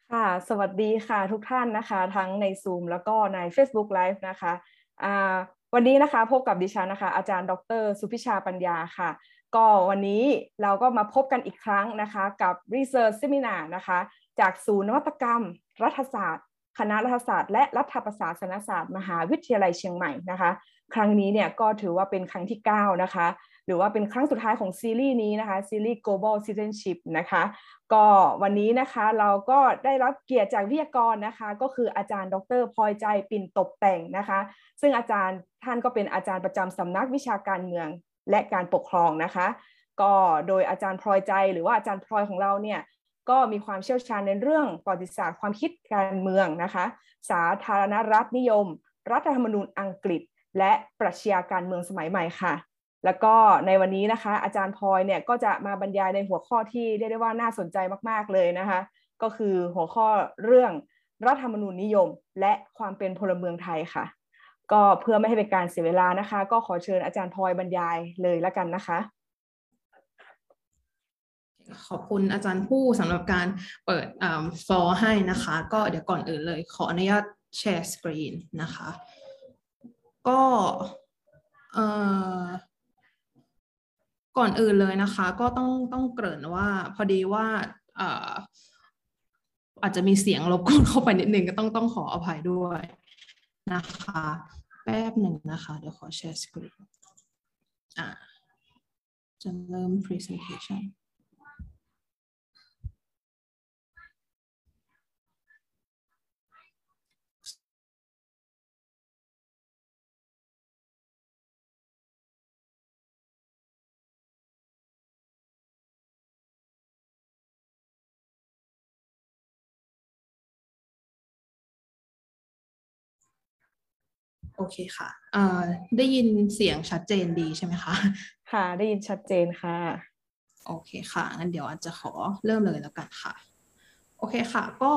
ค่ะสวัสดีค่ะทุกท่านนะคะทั้งใน Zoom แล้วก็ใน Facebook Live นะคะอ่าวันนี้นะคะพบกับดิฉันนะคะอาจารย์ดรสุพิชาปัญญาค่ะก็วันนี้เราก็มาพบกันอีกครั้งนะคะกับ Research Seminar นะคะจากศูนย์นวัตกรรมรัฐศาสตร์คณะรัฐศาสตร์และรัฐประศาสนศาสตร์มหาวิทยาลัยเชียงใหม่นะคะครั้งนี้เนี่ยก็ถือว่าเป็นครั้งที่9นะคะหรือว่าเป็นครั้งสุดท้ายของซีรีส์นี้นะคะซีรีส์ Global Citizenship นะคะก็วันนี้นะคะเราก็ได้รับเกียรติจากวิทยากรนะคะก็คืออาจารย์ดรพลอยใจปิ่นตกแต่งนะคะซึ่งอาจารย์ท่านก็เป็นอาจารย์ประจำสำนักวิชาการเมืองและการปกครองนะคะก็โดยอาจารย์พลอยใจหรือว่าอาจารย์พลอยของเราเนี่ยก็มีความเชี่ยวชาญในเรื่องประวัติศาสตร์ความคิดการเมืองนะคะสาธารณรัฐนิยมรัฐธรรมนูญอังกฤษและปรัชญาการเมืองสมัยใหม่ค่ะแล้วก็ในวันนี้นะคะอาจารย์พลอยเนี่ยก็จะมาบรรยายในหัวข้อที่เรียกได้ว่าน่าสนใจมากๆเลยนะคะก็คือหัวข้อเรื่องรัฐธรรมนูญนิยมและความเป็นพลเมืองไทยค่ะก็เพื่อไม่ให้เป็นการเสียเวลานะคะก็ขอเชิญอาจารย์พลอยบรรยายเลยละกันนะคะขอบคุณอาจารย์ผู้สำหรับการเปิดฟลอร์ให้นะคะก็เดี๋ยวก่อนอื่นเลยขออนุญาตแชร์สกรีนนะคะก็ก่อนอื่นเลยนะคะก็ต้องเกริ่นว่าพอดีว่าอาจจะมีเสียงรบกวนเข้าไปนิดนึงก็ต้องขออภัยด้วยนะคะแป๊บหนึ่งนะคะเดี๋ยวขอแชร์สกรีนจะเริ่ม presentationโอเคค่ะได้ยินเสียงชัดเจนดีใช่ไหมคะค่ะได้ยินชัดเจนค่ะโอเคค่ะงั้นเดี๋ยวอาจจะขอเริ่มเลยแล้วกันค่ะโอเคค่ะก็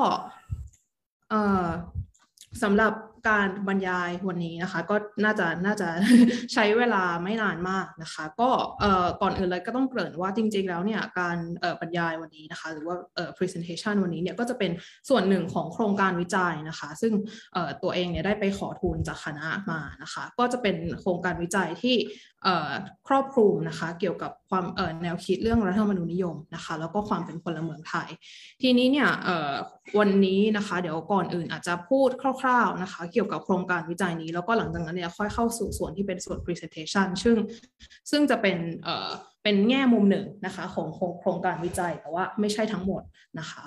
สำหรับการบรรยายวันนี้นะคะก็น่าจะ ใช้เวลาไม่นานมากนะคะก็ก่อนอื่นเลยก็ต้องเกริ่นว่าจริงๆแล้วเนี่ยการบรรยายวันนี้นะคะหรือว่าpresentation วันนี้เนี่ยก็จะเป็นส่วนหนึ่งของโครงการวิจัยนะคะซึ่งตัวเองเนี่ยได้ไปขอทุนจากคณะมานะคะก็จะเป็นโครงการวิจัยที่ครอบคลุมนะคะเกี่ยวกับความแนวคิดเรื่องรัฐธรรมนูญนิยมนะคะแล้วก็ความเป็นพลเมืองไทยทีนี้เนี่ยวันนี้นะคะเดี๋ยวก่อนอื่นอาจจะพูดคร่าวๆนะคะเกี่ยวกับโครงการวิจัยนี้แล้วก็หลังจากนั้นเนี่ยค่อยเข้าสู่ส่วนที่เป็นส่วน presentation ซึ่งจะเป็นแง่มุมหนึ่งนะคะของโครงการวิจัยแต่ว่าไม่ใช่ทั้งหมดนะคะ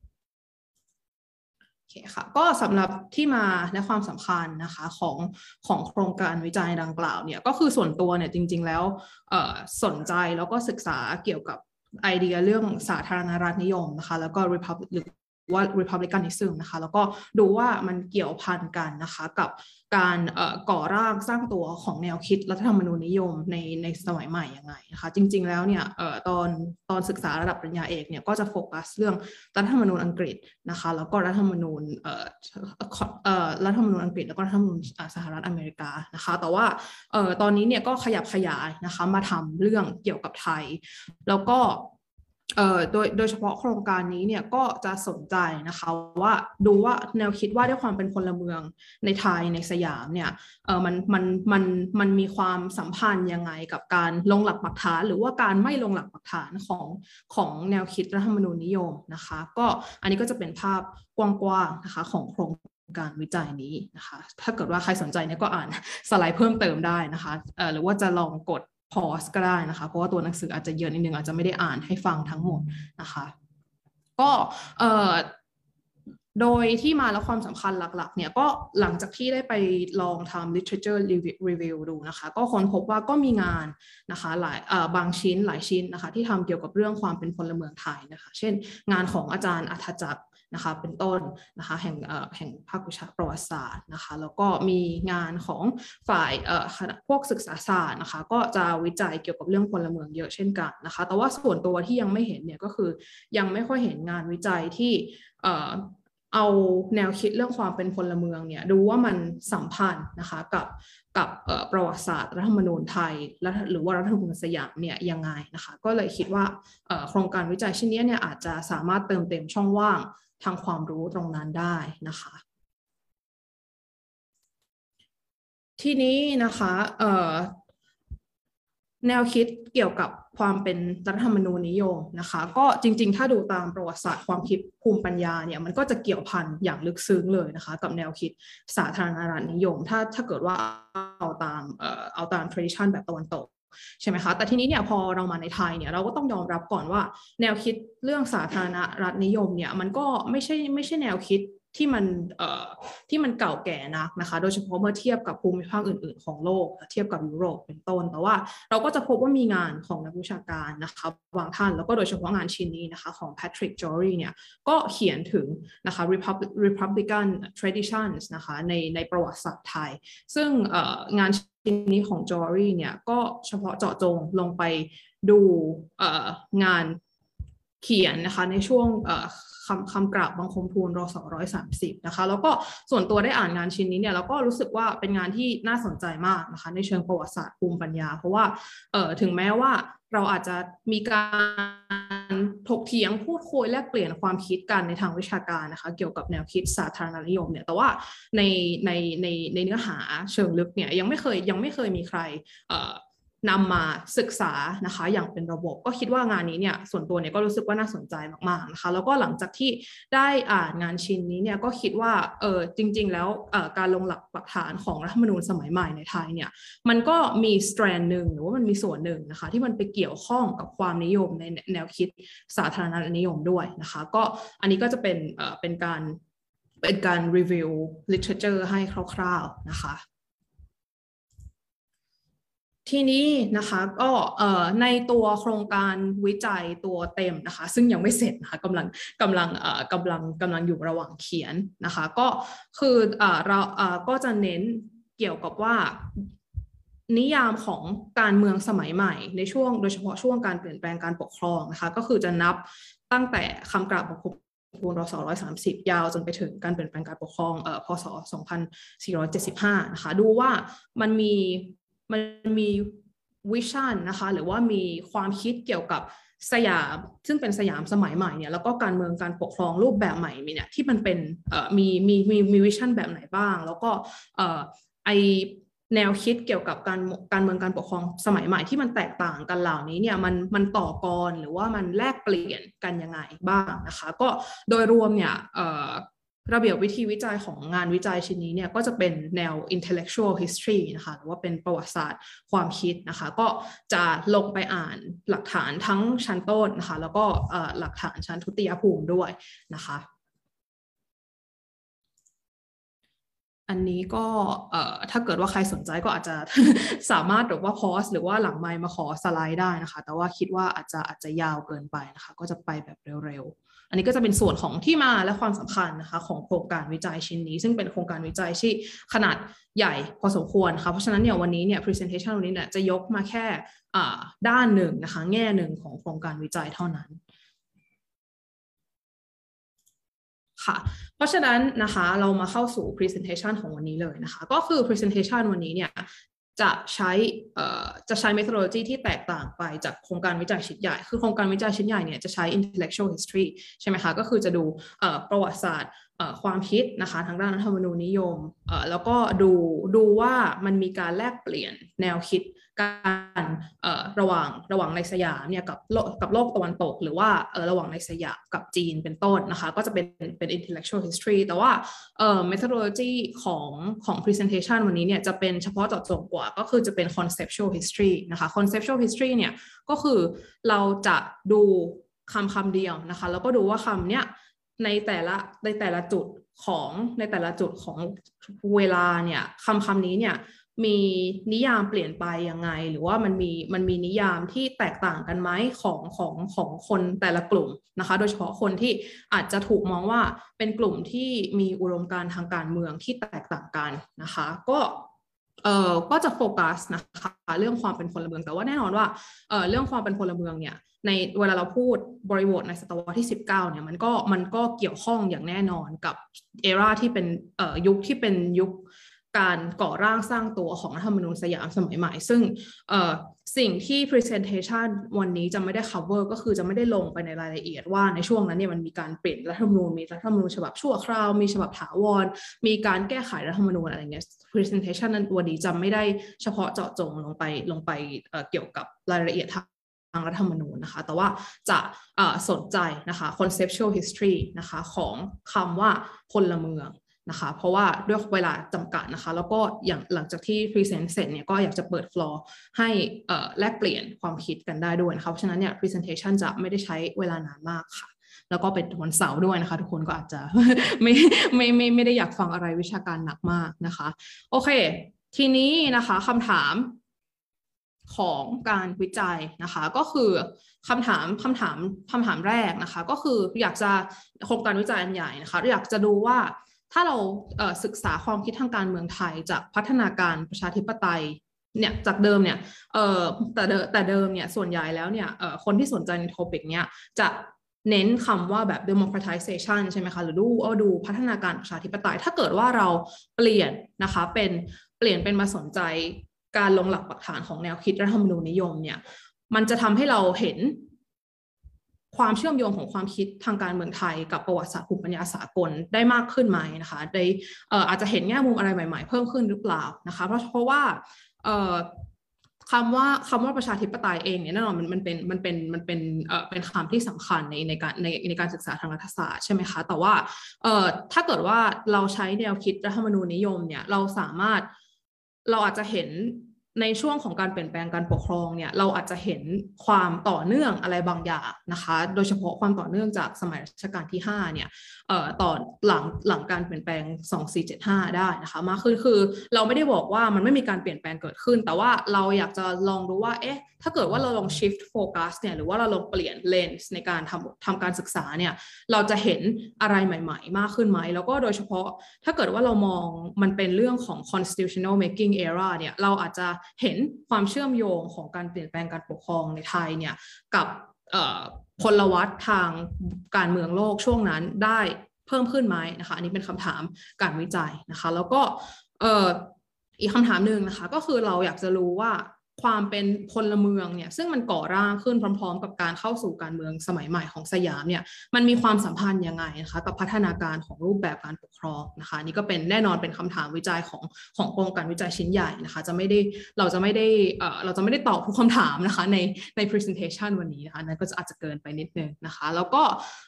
โอเคค่ะก็สำหรับที่มาและความสำคัญนะคะของโครงการวิจัยดังกล่าวเนี่ยก็คือส่วนตัวเนี่ยจริงๆแล้วสนใจแล้วก็ศึกษาเกี่ยวกับไอเดียเรื่องสาธารณรัฐนิยมนะคะแล้วก็ Republicanism นะคะแล้วก็ดูว่ามันเกี่ยวพันกันนะคะกับการก่อร่างสร้างตัวของแนวคิดรัฐธรรมนูญนิยมในสมัยใหม่ยังไงนะคะจริงๆแล้วเนี่ยตอนศึกษาระดับปริญญาเอกเนี่ยก็จะโฟกัสเรื่องรัฐธรรมนูญอังกฤษนะคะแล้วก็รัฐธรรมนูญอังกฤษแล้วก็รัฐธรรมนูญสหรัฐอเมริกานะคะแต่ว่าตอนนี้เนี่ยก็ขยับขยายนะคะมาทำเรื่องเกี่ยวกับไทยแล้วก็โดยเฉพาะโครงการนี้เนี่ยก็จะสนใจนะคะว่าดูว่าแนวคิดว่าด้วยความเป็นพลเมืองในไทยในสยามเนี่ยมันมีความสัมพันธ์ยังไงกับการลงหลักปักฐานหรือว่าการไม่ลงหลักปักฐานของแนวคิดรัฐธรรมนูญนิยมนะคะก็อันนี้ก็จะเป็นภาพกว้างๆนะคะของโครงการวิจัยนี้นะคะถ้าเกิดว่าใครสนใจเนี่ยก็อ่านสไลด์เพิ่มเติมได้นะคะหรือว่าจะลองกดพอสก็ได้นะคะเพราะว่าตัวหนังสืออาจจะเยอะนิดนึงอาจจะไม่ได้อ่านให้ฟังทั้งหมดนะคะก็โดยที่มาและความสำคัญหลักๆเนี่ยก็หลังจากที่ได้ไปลองทำ literature review ดูนะคะก็ค้นพบว่าก็มีงานนะคะหลายบางชิ้นหลายชิ้นนะคะที่ทำเกี่ยวกับเรื่องความเป็นพลเมืองไทยนะคะเช่นงานของอาจารย์อัธจักรนะคะเป็นต้นนะคะแห่งภาควิชาประวัติศาสตร์นะคะแล้วก็มีงานของฝ่ายพวกศึกษาศาสตร์นะคะก็จะวิจัยเกี่ยวกับเรื่องพลเมืองเยอะเช่นกันนะคะแต่ว่าส่วนตัวที่ยังไม่เห็นเนี่ยก็คือยังไม่ค่อยเห็นงานวิจัยที่เอาแนวคิดเรื่องความเป็นพลเมืองเนี่ยดูว่ามันสัมพันธ์นะคะกับประวัติศาสตร์รัฐธรรมนูญไทยหรือว่ารัฐธรรมนูญสยามเนี่ยยังไงนะคะก็เลยคิดว่าโครงการวิจัยชิ้นนี้เนี่ยอาจจะสามารถเติมเต็มช่องว่างทางความรู้ตรงนั้นได้นะคะทีนี้นะคะแนวคิดเกี่ยวกับความเป็นรัฐธรรมนูญนิยมนะคะก็จริงๆถ้าดูตามประวัติศาสตร์ความคิดภูมิปัญญาเนี่ยมันก็จะเกี่ยวพันอย่างลึกซึ้งเลยนะคะกับแนวคิดสาธารณรัฐนิยมถ้าเกิดว่าเอาตาม tradition แบบตะวันตกใช่ไหมคะแต่ทีนี้เนี่ยพอเรามาในไทยเนี่ยเราก็ต้องยอมรับก่อนว่าแนวคิดเรื่องสาธารณรัฐนิยมเนี่ยมันก็ไม่ใช่แนวคิดที่มันเก่าแก่นักนะคะโดยเฉพาะเมื่อเทียบกับภูมิภาคอื่นๆของโลกเทียบกับยุโรปเป็นต้นแต่ว่าเราก็จะพบว่ามีงานของนักวิชาการนะคะบางท่านแล้วก็โดยเฉพาะงานชิ้นนี้นะคะของ Patrick Jory เนี่ยก็เขียนถึงนะคะ Republican Traditions นะคะในประวัติศาสตร์ไทยซึ่งงานชิ้นนี้ของ Jory เนี่ยก็เฉพาะเจาะจงลงไปดูงานเขียนนะคะในช่วงคำกราบบังคมทูลรศ130นะคะแล้วก็ส่วนตัวได้อ่านงานชิ้นนี้เนี่ยแล้วก็รู้สึกว่าเป็นงานที่น่าสนใจมากนะคะในเชิงประวัติศาสตร์ภูมิปัญญาเพราะว่าถึงแม้ว่าเราอาจจะมีการถกเถียงพูดคุยแลกเปลี่ยนความคิดกันในทางวิชาการนะคะเกี่ยวกับแนวคิดสาธารณนิยมเนี่ยแต่ว่าในเนื้อหาเชิงลึกเนี่ยยังไม่เคยมีใครนำมาศึกษานะคะอย่างเป็นระบบก็คิดว่างานนี้เนี่ยส่วนตัวเนี่ยก็รู้สึกว่าน่าสนใจมากๆนะคะแล้วก็หลังจากที่ได้อ่านงานชิ้นนี้เนี่ยก็คิดว่าจริงๆแล้วการลงหลักปักฐานของรัฐธรรมนูญสมัยใหม่ในไทยเนี่ยมันก็มีสแตรนด์หนึ่งหรือว่ามันมีส่วนหนึ่งนะคะที่มันไปเกี่ยวข้องกับความนิยมในแนวคิดสาธารณนิยมด้วยนะคะก็อันนี้ก็จะเป็นการรีวิว literature ให้คร่าวๆนะคะทีนี้นะคะก็ในตัวโครงการวิจัยตัวเต็มนะคะซึ่งยังไม่เสร็จนะคะกำลังอยู่ระหว่างเขียนนะคะก็คือเราก็จะเน้นเกี่ยวกับว่านิยามของการเมืองสมัยใหม่ในช่วงโดยเฉพาะช่วงการเปลี่ยนแปลงการปกครองนะคะก็คือจะนับตั้งแต่คำกราบบังคมทูลรศ130ยาวจนไปถึงการเปลี่ยนแปลงการปกครองพศ2475นะคะดูว่ามันมีวิชั่นนะคะหรือว่ามีความคิดเกี่ยวกับสยามซึ่งเป็นสยามสมัยใหม่เนี่ยแล้วก็การเมืองการปกครองรูปแบบใหม่เนี่ยที่มันเป็นมีวิชั่นแบบไหนบ้างแล้วก็แนวคิดเกี่ยวกับการเมืองการปกครองสมัยใหม่ที่มันแตกต่างกันเหล่านี้เนี่ยมันต่อกรหรือว่ามันแลกเปลี่ยนกันยังไงบ้างนะคะก็โดยรวมเนี่ยระเบียบวิธีวิจัยของงานวิจัยชิ้นนี้เนี่ยก็จะเป็นแนว intellectual history นะคะหรือว่าเป็นประวัติศาสตร์ความคิดนะคะก็จะลงไปอ่านหลักฐานทั้งชั้นต้นนะคะแล้วก็หลักฐานชั้นทุติยภูมิด้วยนะคะอันนี้ก็ถ้าเกิดว่าใครสนใจก็อาจจะ สามารถแบบว่าพอสหรือว่าหลังไมค์มาขอสไลด์ได้นะคะแต่ว่าคิดว่าอาจจะยาวเกินไปนะคะก็จะไปแบบเร็วๆอันนี้ก็จะเป็นส่วนของที่มาและความสำคัญนะคะของโครงการวิจัยชิ้นนี้ซึ่งเป็นโครงการวิจัยที่ขนาดใหญ่พอสมควรค่ะเพราะฉะนั้นเนี่ยวันนี้เนี่ย presentation วันนี้เนี่ยจะยกมาแค่ด้านหนึ่งนะคะแง่หนึ่งของโครงการวิจัยเท่านั้นค่ะเพราะฉะนั้นนะคะเรามาเข้าสู่ presentation ของวันนี้เลยนะคะก็คือ presentation วันนี้เนี่ยจะใช้ methodology ที่แตกต่างไปจากโครงการวิจัยชิ้นใหญ่คือโครงการวิจัยชิ้นใหญ่เนี่ยจะใช้ intellectual history ใช่ไหมคะก็คือจะดูประวัติศาสตร์ความคิดนะคะทางด้านรัฐธรรมนูญนิยมแล้วก็ดูว่ามันมีการแลกเปลี่ยนแนวคิดการระหว่างในสยามเนี่ยกับโลกตะวันตกหรือว่าระหว่างในสยามกับจีนเป็นต้นนะคะก็จะเป็น intellectual history แต่ว่าmethodology ของ presentation วันนี้เนี่ยจะเป็นเฉพาะเจาะจงกว่าก็คือจะเป็น conceptual history นะคะ conceptual history เนี่ยก็คือเราจะดูคำเดียวนะคะแล้วก็ดูว่าคำเนี้ยในแต่ละจุดของเวลาเนี่ยคำนี้เนี่ยมีนิยามเปลี่ยนไปยังไงหรือว่ามันมีนิยามที่แตกต่างกันไหมของคนแต่ละกลุ่มนะคะโดยเฉพาะคนที่อาจจะถูกมองว่าเป็นกลุ่มที่มีอุดมการณ์ทางการเมืองที่แตกต่างกันนะคะก็จะโฟกัสนะคะเรื่องความเป็นพลเมืองแต่ว่าแน่นอนว่าเรื่องความเป็นพลเมืองเนี่ยในเวลาเราพูดบริบทในศตวรรษที่19เนี่ยมันก็เกี่ยวข้องอย่างแน่นอนกับเอราที่เป็นยุคที่เป็นยุคการก่อร่างสร้างตัวของรัฐธรรมนูญสยามสมัยใหม่ซึ่งสิ่งที่ presentation วันนี้จะไม่ได้ cover ก็คือจะไม่ได้ลงไปในรายละเอียดว่าในช่วงนั้นเนี่ยมันมีการเปลี่ยนรัฐธรรมนูญมีรัฐธรรมนูญฉบับชั่วคราวมีฉบับถาวรมีการแก้ไขรัฐธรรมนูญอะไรเงี้ย presentation นั้นวันนี้จะไม่ได้เฉพาะเจาะจงลงไปเกี่ยวกับรายละเอียดทางรัฐธรรมนูญนะคะแต่ว่าจะสนใจนะคะ conceptual history นะคะของคำว่าพลเมืองนะคะเพราะว่าด้วยเวลาจำกัดนะคะแล้วก็อย่างหลังจากที่ present เสร็จเนี่ยก็อยากจะเปิด floor ให้แลกเปลี่ยนความคิดกันได้ด้วยนะคะเพราะฉะนั้นเนี่ย presentation จะไม่ได้ใช้เวลานานมากค่ะแล้วก็เป็นวันเสาร์ด้วยนะคะทุกคนก็อาจจะ ไม่ได้อยากฟังอะไรวิชาการหนักมากนะคะโอเคทีนี้นะคะคำถามของการวิจัยนะคะก็คือคำถามแรกนะคะก็คืออยากจะโครงการวิจัยอันใหญ่นะคะอยากจะดูว่าถ้าเราศึกษาความคิดทางการเมืองไทยจากพัฒนาการประชาธิปไตยเนี่ยจากเดิมเนี่ยแต่เดิมเนี่ยส่วนใหญ่แล้วเนี่ยคนที่สนใจในโทปิกเนี่ยจะเน้นคำว่าแบบ democratization ใช่ไหมคะหรือดูพัฒนาการประชาธิปไตยถ้าเกิดว่าเราเปลี่ยนนะคะเปลี่ยนเป็นมาสนใจการลงหลักปักฐานของแนวคิดรัฐธรรมนูญนิยมเนี่ยมันจะทำให้เราเห็นความเชื่อมโยงของความคิดทางการเมืองไทยกับประวัติศาสตร์ภูมิปัญญาสากลได้มากขึ้นไหมนะคะอาจจะเห็นแง่มุมอะไรใหม่ๆเพิ่มขึ้นหรือเปล่านะคะเพราะว่าคำว่าประชาธิปไตยเองเนี่ยแน่นอนมันเป็นคำที่สำคัญในการศึกษาทางรัฐศาสตร์ใช่ไหมคะแต่ว่าถ้าเกิดว่าเราใช้แนวคิดรัฐธรรมนูญนิยมเนี่ยเราอาจจะเห็นในช่วงของการเปลี่ยนแปลงการปกครองเนี่ยเราอาจจะเห็นความต่อเนื่องอะไรบางอย่างนะคะโดยเฉพาะความต่อเนื่องจากสมัยรัชกาลที่5เนี่ยต่อหลังการเปลี่ยนแปลง2475ได้นะคะมากขึ้นคือเราไม่ได้บอกว่ามันไม่มีการเปลี่ยนแปลงเกิดขึ้นแต่ว่าเราอยากจะลองดูว่าถ้าเกิดว่าเราลอง shift focus เนี่ยหรือว่าเราลองเปลี่ยน lens ในการทำการศึกษาเนี่ยเราจะเห็นอะไรใหม่ๆมากขึ้นไหมแล้วก็โดยเฉพาะถ้าเกิดว่าเรามองมันเป็นเรื่องของ constitutional making era เนี่ยเราอาจจะเห็นความเชื่อมโยงของการเปลี่ยนแปลงการปกครองในไทยเนี่ยกับพลวัตทางการเมืองโลกช่วงนั้นได้เพิ่มขึ้นไหมนะคะอันนี้เป็นคำถามการวิจัยนะคะแล้วก็อีกคำถามหนึ่งนะคะก็คือเราอยากจะรู้ว่าความเป็นพลเมืองเนี่ยซึ่งมันก่อร่างขึ้นพร้อมๆกับการเข้าสู่การเมืองสมัยใหม่ของสยามเนี่ยมันมีความสัมพันธ์ยังไงนะคะกับพัฒนาการของรูปแบบการปกครองนะคะนี่ก็เป็นแน่นอนเป็นคำถามวิจัยของโครงการวิจัยชิ้นใหญ่นะคะเราจะไม่ได้ตอบทุกคำถามนะคะใน presentation วันนี้นะคะนั่นก็อาจจะเกินไปนิดนึงนะคะแล้วก็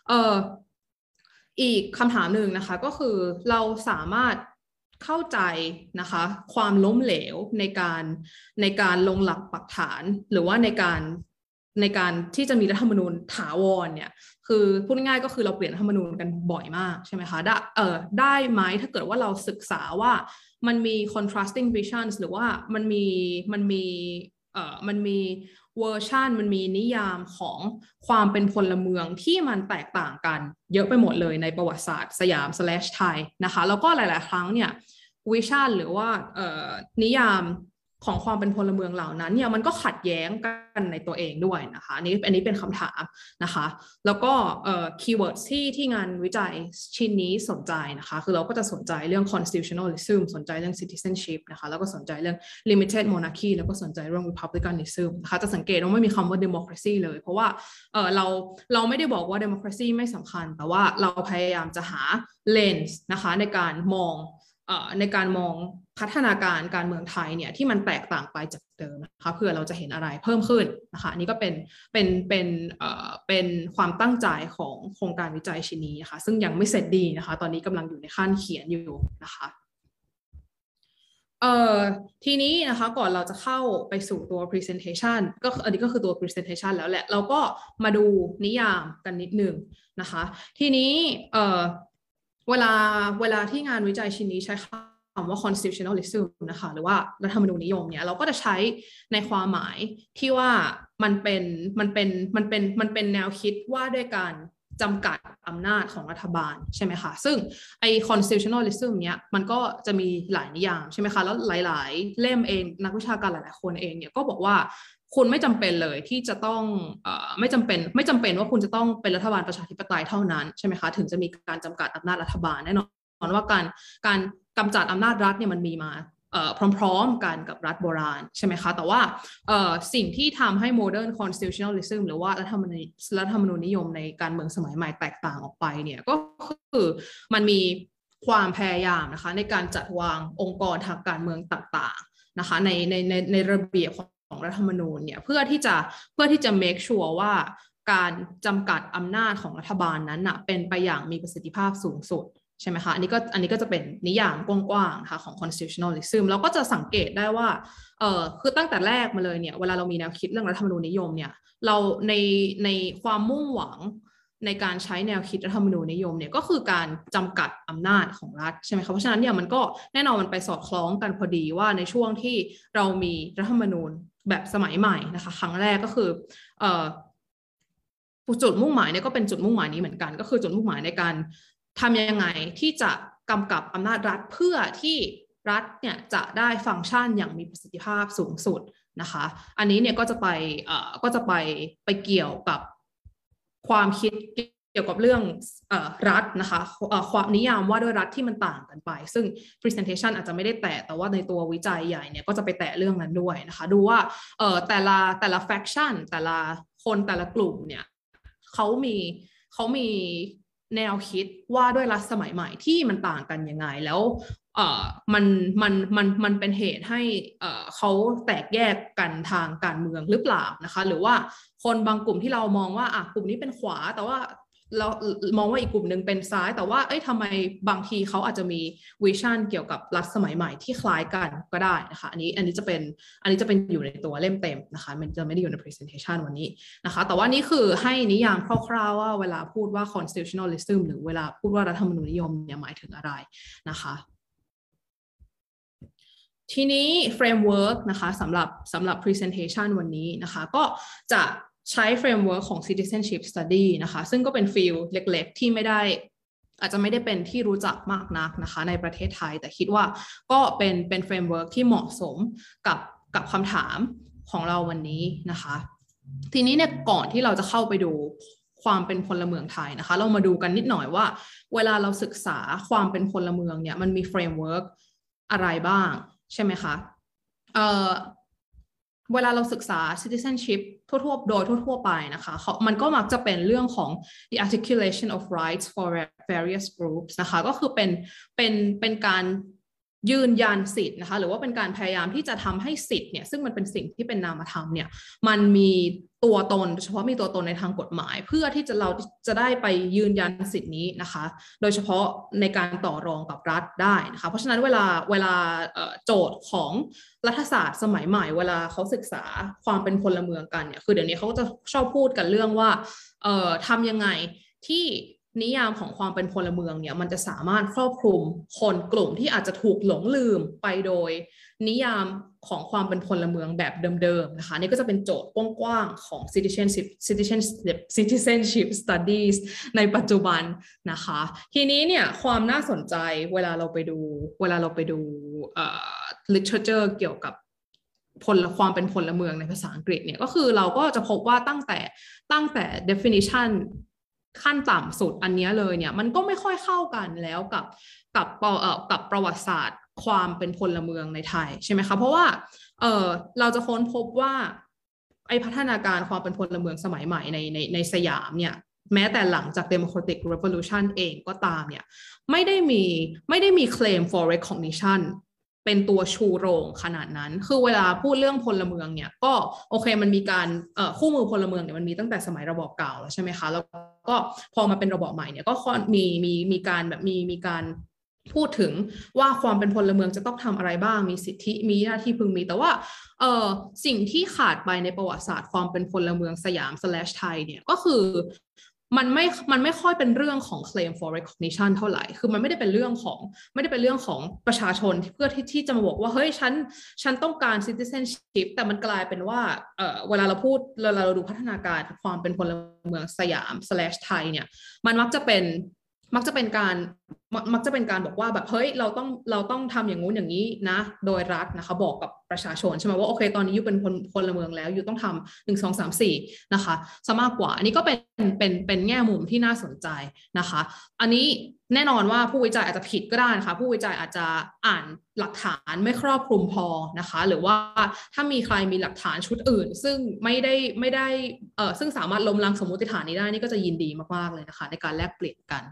อีกคำถามหนึ่งนะคะก็คือเราสามารถเข้าใจนะคะความล้มเหลวในการลงหลักปักฐานหรือว่าในการที่จะมีรัฐธรรมนูญถาวรเนี่ยคือพูดง่ายๆก็คือเราเปลี่ยนรัฐธรรมนูญกันบ่อยมากใช่ไหมคะได้ไหมถ้าเกิดว่าเราศึกษาว่ามันมี contrasting visions หรือว่ามันมีเวอร์ชันมันมีนิยามของความเป็นพลเมืองที่มันแตกต่างกันเยอะไปหมดเลยในประวัติศาสตร์สยาม/ไทยนะคะแล้วก็หลายๆครั้งเนี่ยวิชั่นหรือว่านิยามของความเป็นพลเมืองเหล่านั้นเนี่ยมันก็ขัดแย้งกันในตัวเองด้วยนะคะอันนี้เป็นคำถามนะคะแล้วก็คีย์เวิร์ดที่งานวิจัยชิ้นนี้สนใจนะคะคือเราก็จะสนใจเรื่อง constitutionalism สนใจเรื่อง citizenship นะคะแล้วก็สนใจเรื่อง limited monarchy แล้วก็สนใจเรื่อง republicanism นะคะจะสังเกตว่าไม่มีคำว่า democracy เลยเพราะว่าเราไม่ได้บอกว่า democracy ไม่สำคัญแต่ว่าเราพยายามจะหา lens นะคะในการมองพัฒนาการเมืองไทยเนี่ยที่มันแตกต่างไปจากเดิมนะคะเพื่อเราจะเห็นอะไรเพิ่มขึ้นนะคะอันนี้ก็เป็นความตั้งใจของโครงการวิจัยชิ้นนี้นะคะซึ่งยังไม่เสร็จดีนะคะตอนนี้กำลังอยู่ในขั้นเขียนอยู่นะคะทีนี้นะคะก่อนเราจะเข้าไปสู่ตัว presentation ก็อันนี้ก็คือตัว presentation แล้วแหละเราก็มาดูนิยามกันนิดนึงนะคะทีนี้เวลาที่งานวิจัยชิ้นนี้ใช้คำว่า constitutionalism นะคะหรือว่ารัฐธรรมนูญนิยมเนี่ยเราก็จะใช้ในความหมายที่ว่ามันเป็นแนวคิดว่าด้วยการจำกัดอำนาจของรัฐบาลใช่ไหมคะซึ่งไอ้ constitutionalism เนี่ยมันก็จะมีหลายนิยามใช่ไหมคะแล้วหลายๆเล่มเองนักวิชาการหลายๆคนเองเนี่ยก็บอกว่าคุณไม่จำเป็นเลยที่จะต้องไม่จำเป็นว่าคุณจะต้องเป็นรัฐบาลประชาธิปไตยเท่านั้นใช่ไหมคะถึงจะมีการจำกัดอำนาจรัฐบาลแน่นอนว่าการกำจัดอำนาจรัฐเนี่ยมันมีมาพร้อมๆกันกับรัฐโบราณใช่ไหมคะแต่ว่าสิ่งที่ทำให้ modern constitutionalism หรือว่ารัฐธรรมนูญนิยมในการเมืองสมัยใหม่แตกต่างออกไปเนี่ยก็คือมันมีความพยายามนะคะในการจัดวางองค์กรทางการเมืองต่างๆนะคะในระเบียบของรัฐธรรมนูญเนี่ยเพื่อที่จะ make sure ว่าการจำกัดอำนาจของรัฐบาลนั้นนะเป็นไปอย่างมีประสิทธิภาพสูงสุดใช่ไหมคะอันนี้ก็จะเป็นนิยามกว้างๆนะคะของ constitutionalism เราก็จะสังเกตได้ว่าคือตั้งแต่แรกมาเลยเนี่ยเวลาเรามีแนวคิดเรื่องรัฐธรรมนูญนิยมเนี่ยเราในความมุ่งหวังในการใช้แนวคิดรัฐธรรมนูญนิยมเนี่ยก็คือการจำกัดอำนาจของรัฐใช่ไหมคะเพราะฉะนั้นเนี่ยมันก็แน่นอนมันไปสอดคล้องกันพอดีว่าในช่วงที่เรามีรัฐธรรมนูญแบบสมัยใหม่นะคะครั้งแรกก็คือจุดมุ่งหมายเนี่ยก็เป็นจุดมุ่งหมายนี้เหมือนกันก็คือจุดมุ่งหมายในการทำยังไงที่จะกำกับอำนาจรัฐเพื่อที่รัฐเนี่ยจะได้ฟังก์ชันอย่างมีประสิทธิภาพสูงสุดนะคะอันนี้เนี่ยก็จะไปเกี่ยวกับความคิดเกี่ยวกับเรื่องรัฐนะคะความนิยามว่าด้วยรัฐที่มันต่างกันไปซึ่ง presentation อาจจะไม่ได้แต่ว่าในตัววิจัยใหญ่เนี่ยก็จะไปแตะเรื่องนั้นด้วยนะคะดูว่าแต่ละ faction แต่ละคนแต่ละกลุ่มเนี่ยเขามีแนวคิดว่าด้วยรัฐสมัยใหม่ที่มันต่างกันยังไงแล้วมันเป็นเหตุให้เขาแตกแยกกันทางการเมืองหรือเปล่านะคะหรือว่าคนบางกลุ่มที่เรามองว่ากลุ่มนี้เป็นขวาแต่ว่าเรามองว่าอีกกลุ่มหนึ่งเป็นซ้ายแต่ว่าทำไมบางทีเขาอาจจะมีวิชั่นเกี่ยวกับรัฐสมัยใหม่ที่คล้ายกันก็ได้นะคะอันนี้จะเป็นอยู่ในตัวเล่มเต็มนะคะมันจะไม่ได้อยู่ใน presentation วันนี้นะคะแต่ว่านี่คือให้นิยามคร่าวๆว่าเวลาพูดว่า constitutionalism หรือเวลาพูดว่ารัฐธรรมนูญนิยมเนี่ยหมายถึงอะไรนะคะทีนี้ framework นะคะสำหรับ presentation วันนี้นะคะก็จะใช้ framework ของ citizenship study นะคะซึ่งก็เป็นฟิลเล็กๆที่อาจจะไม่ได้เป็นที่รู้จักมากนักนะคะในประเทศไทยแต่คิดว่าก็เป็น framework ที่เหมาะสมกับคำถามของเราวันนี้นะคะทีนี้เนี่ยก่อนที่เราจะเข้าไปดูความเป็นพลเมืองไทยนะคะเรามาดูกันนิดหน่อยว่าเวลาเราศึกษาความเป็นพลเมืองเนี่ยมันมี framework อะไรบ้างใช่ไหมคะเวลาเราศึกษา citizenship โดยทั่วไปนะคะมันก็มักจะเป็นเรื่องของ the articulation of rights for various groups นะคะก็คือเป็นการยืนยันสิทธิ์นะคะหรือว่าเป็นการพยายามที่จะทำให้สิทธิ์เนี่ยซึ่งมันเป็นสิ่งที่เป็นนามธรรมเนี่ยมันมีตัวตนเฉพาะมีตัวตนในทางกฎหมายเพื่อที่เราจะได้ไปยืนยันสิทธินี้นะคะโดยเฉพาะในการต่อรองกับรัฐได้นะคะเพราะฉะนั้นเวลาโจทย์ของรัฐศาสตร์สมัยใหม่เวลาเขาศึกษาความเป็นพลเมืองกันเนี่ยคือเดี๋ยวนี้เขาจะชอบพูดกันเรื่องว่าทำยังไงที่นิยามของความเป็นพลเมืองเนี่ยมันจะสามารถครอบคลุมคนกลุ่มที่อาจจะถูกหลงลืมไปโดยนิยามของความเป็นพลเมืองแบบเดิมๆนะคะนี่ก็จะเป็นโจทย์กว้างๆของ citizenship studies ในปัจจุบันนะคะทีนี้เนี่ยความน่าสนใจเวลาเราไปดูliterature เกี่ยวกับความเป็นพลเมืองในภาษาอังกฤษเนี่ยก็คือเราก็จะพบว่าตั้งแต่ definitionขั้นต่ำสุดอันนี้เลยเนี่ยมันก็ไม่ค่อยเข้ากันแล้วกับประวัติศาสตร์ความเป็นพลเมืองในไทยใช่ไหมคะเพราะว่าเราจะค้นพบว่าพัฒนาการความเป็นพลเมืองสมัยใหม่ในสยามเนี่ยแม้แต่หลังจาก Democratic Revolution เองก็ตามเนี่ยไม่ได้มี claim for recognition เป็นตัวชูโรงขนาดนั้นคือเวลาพูดเรื่องพลเมืองเนี่ยก็โอเคมันมีการคู่มือพลเมืองเนี่ยมันมีตั้งแต่สมัยระบอบเก่าแล้วใช่ไหมคะแล้วก็พอมาเป็นระบอบใหม่เนี่ยก็มีการพูดถึงว่าความเป็นพลเมืองจะต้องทำอะไรบ้างมีสิทธิมีหน้าที่พึงมีแต่ว่าสิ่งที่ขาดไปในประวัติศาสตร์ความเป็นพลเมืองสยาม/ไทยเนี่ยก็คือมันไม่ค่อยเป็นเรื่องของ claim for recognition เท่าไหร่คือมันไม่ได้เป็นเรื่องของประชาชนเพื่อที่จะมาบอกว่าเฮ้ยฉันต้องการ citizenship แต่มันกลายเป็นว่าเวลาเราดูพัฒนาการความเป็นพลเมืองสยาม/ไทยเนี่ยมันมักจะเป็นมักจะเป็นการบอกว่าแบบเฮ้ยเราต้องทำอย่างงู้นอย่างนี้นะโดยรัฐนะคะบอกกับประชาชนใช่ไหมว่าโอเคตอนนี้อยู่เป็นพลเมืองแล้วอยู่ต้องทำ1 2 3 4นะคะซะมากกว่าอันนี้ก็เป็นแง่มุมที่น่าสนใจนะคะอันนี้แน่นอนว่าผู้วิจัยอาจจะผิดก็ได้นะคะผู้วิจัยอาจจะอ่านหลักฐานไม่ครอบคลุมพอนะคะหรือว่าถ้ามีใครมีหลักฐานชุดอื่นซึ่งไม่ได้ซึ่งสามารถล้มล้างสมมติฐานนี้ได้นี่ก็จะยินดีมากๆเลยนะคะในการแลกเปลี่ยนกัน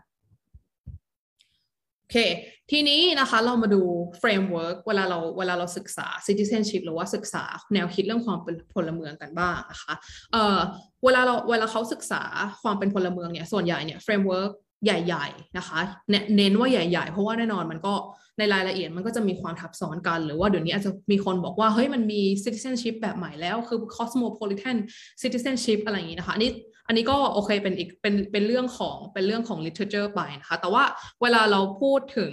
โอเคทีนี้นะคะเรามาดูเฟรมเวิร์กเวลาเราศึกษา citizenship หรือว่าศึกษาแนวคิดเรื่องความเป็นพลเมืองกันบ้างนะคะเวลาเขาศึกษาความเป็นพลเมืองเนี่ยส่วนใหญ่เนี่ยเฟรมเวิร์กใหญ่ๆนะคะเน้นว่าใหญ่ๆเพราะว่าแน่นอนมันก็ในรายละเอียดมันก็จะมีความทับซ้อนกันหรือว่าเดี๋ยวนี้อาจจะมีคนบอกว่าเฮ้ยมันมี citizenship แบบใหม่แล้วคือ cosmopolitan citizenship อะไรอย่างนี้นะคะอันนี้ก็โอเคเป็นเรื่องของ literature ไปนะคะแต่ว่าเวลาเราพูดถึง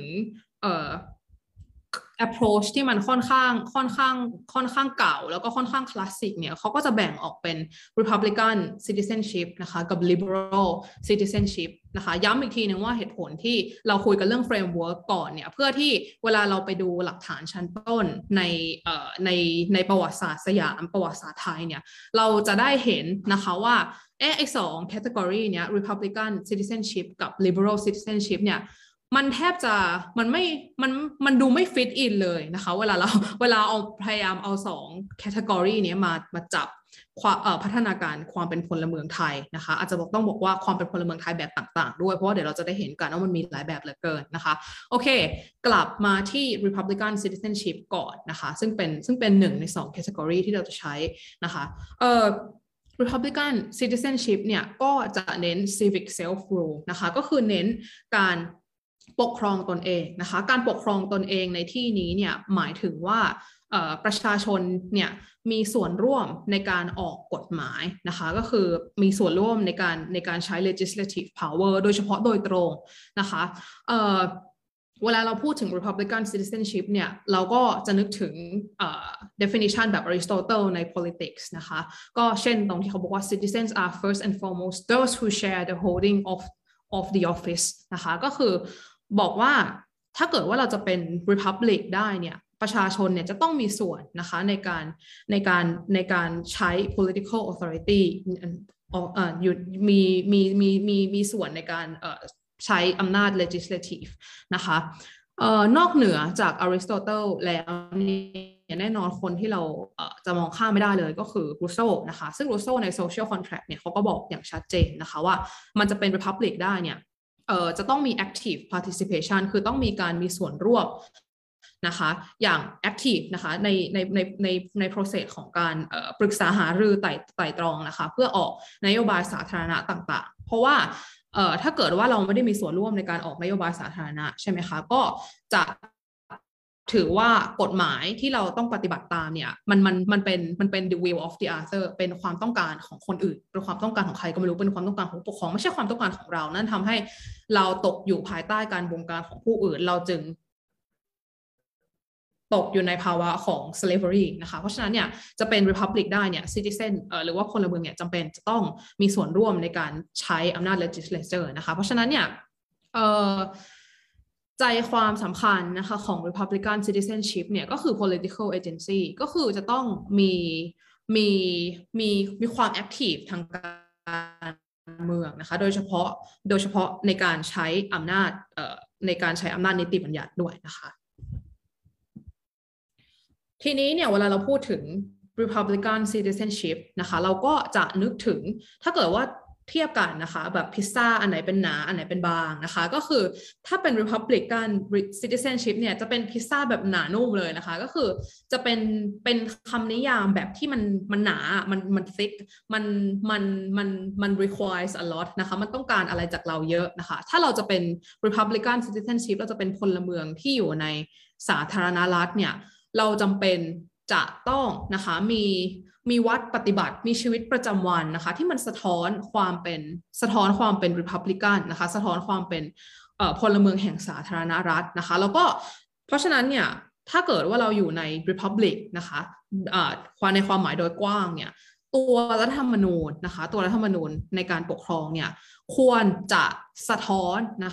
approach ที่มันค่อนข้างเก่าแล้วก็ค่อนข้างคลาสสิกเนี่ยเขาก็จะแบ่งออกเป็น Republican citizenship นะคะกับ Liberal citizenship นะคะย้ำอีกทีนึงว่าเหตุผลที่เราคุยกันเรื่อง framework ก่อนเนี่ยเพื่อที่เวลาเราไปดูหลักฐานชั้นต้นในประวัติศาสตร์สยามประวัติศาสตร์ไทยเนี่ยเราจะได้เห็นนะคะว่าไอ้2 category เนี่ย Republican citizenship กับ Liberal citizenship เนี่ยมันแทบจะมันดูไม่ฟิตอินเลยนะคะเวลาเอาพยายามเอา2 category นี้มาจับพัฒนาการความเป็นพลเมืองไทยนะคะอาจจะต้องบอกว่าความเป็นพลเมืองไทยแบบต่างๆด้วยเพราะว่าเดี๋ยวเราจะได้เห็นกันว่ามันมีหลายแบบเหลือเกินนะคะโอเคกลับมาที่ Republican citizenship ก่อนนะคะซึ่งเป็น1 ใน 2 category ที่เราจะใช้นะคะRepublican citizenship เนี่ยก็จะเน้น civic self rule นะคะก็คือเน้นการปกครองตนเองนะคะการปกครองตนเองในที่นี้เนี่ยหมายถึงว่าประชาชนเนี่ยมีส่วนร่วมในการออกกฎหมายนะคะก็คือมีส่วนร่วมในการใช้ legislative power โดยเฉพาะโดยตรงนะคะเวลาเราพูดถึง Republican citizenship เนี่ยเราก็จะนึกถึงdefinition แบบ Aristotle ใน politics นะคะก็เช่นตรงที่เขาบอกว่า citizens are first and foremost those who share the holding of the office นะคะก็คือบอกว่าถ้าเกิดว่าเราจะเป็น republic ได้เนี่ยประชาชนเนี่ยจะต้องมีส่วนนะคะในการใช้ political authority มีส่วนในการใช้อำนาจ legislative นะคะนอกเหนือจาก Aristotle แล้วแน่นอนคนที่เราจะมองข้ามไม่ได้เลยก็คือ Rousseau นะคะซึ่ง Rousseau ใน social contract เนี่ยเขาก็บอกอย่างชัดเจนนะคะว่ามันจะเป็น republic ได้เนี่ยจะต้องมี active participation คือต้องมีการมีส่วนร่วมนะคะอย่าง active นะคะใน process ของการปรึกษาหารือไต่ตรองนะคะเพื่อออกนโยบายสาธารณะต่างๆเพราะว่าถ้าเกิดว่าเราไม่ได้มีส่วนร่วมในการออกนโยบายสาธารณะใช่ไหมคะก็จะถือว่ากฎหมายที่เราต้องปฏิบัติตามเนี่ยมันเป็น the will of the author เป็นความต้องการของคนอื่นเป็นความต้องการของใครก็ไม่รู้เป็นความต้องการของผู้ปกครองไม่ใช่ความต้องการของเรานั่นทำให้เราตกอยู่ภายใต้การบงการของผู้อื่นเราจึงตกอยู่ในภาวะของ slavery นะคะเพราะฉะนั้นเนี่ยจะเป็น republic ได้เนี่ย citizen หรือว่าพลเมืองเนี่ยจำเป็นจะต้องมีส่วนร่วมในการใช้อำนาจ legislature นะคะเพราะฉะนั้นเนี่ยใจความสำคัญนะคะของ Republican citizenship เนี่ยก็คือ political agency ก็คือจะต้องมีความ active ทางการเมืองนะคะโดยเฉพาะในการใช้อำนาจนิติบัญญัติด้วยนะคะทีนี้เนี่ยเวลาเราพูดถึง Republican citizenship นะคะเราก็จะนึกถึงถ้าเกิดว่าเทียบกันนะคะแบบพิซซ่าอันไหนเป็นหนาอันไหนเป็นบางนะคะก็คือถ้าเป็น Republican citizenship เนี่ยจะเป็นพิซซ่าแบบหนานุ่มเลยนะคะก็คือจะเป็นคำนิยามแบบที่มันหนามัน thick มัน requires a lot นะคะมันต้องการอะไรจากเราเยอะนะคะถ้าเราจะเป็น Republican citizenship เราจะเป็นพลเมืองที่อยู่ในสาธารณรัฐเนี่ยเราจำเป็นจะต้องนะคะมีวัดปฏิบัติมีชีวิตประจำวันนะคะที่มันสะท้อนความเป็น Republican นะคะสะท้อนความเป็นพลเมืองแห่งสาธารณรัฐนะคะแล้วก็เพราะฉะนั้นเนี่ยถ้าเกิดว่าเราอยู่ใน Republic นะคะในความหมายโดยกว้างเนี่ยตัวรัฐธรรมนูญนะคะตัวรัฐธรรมนูญในการปกครองเนี่ยควรจะสะท้อนนะคะ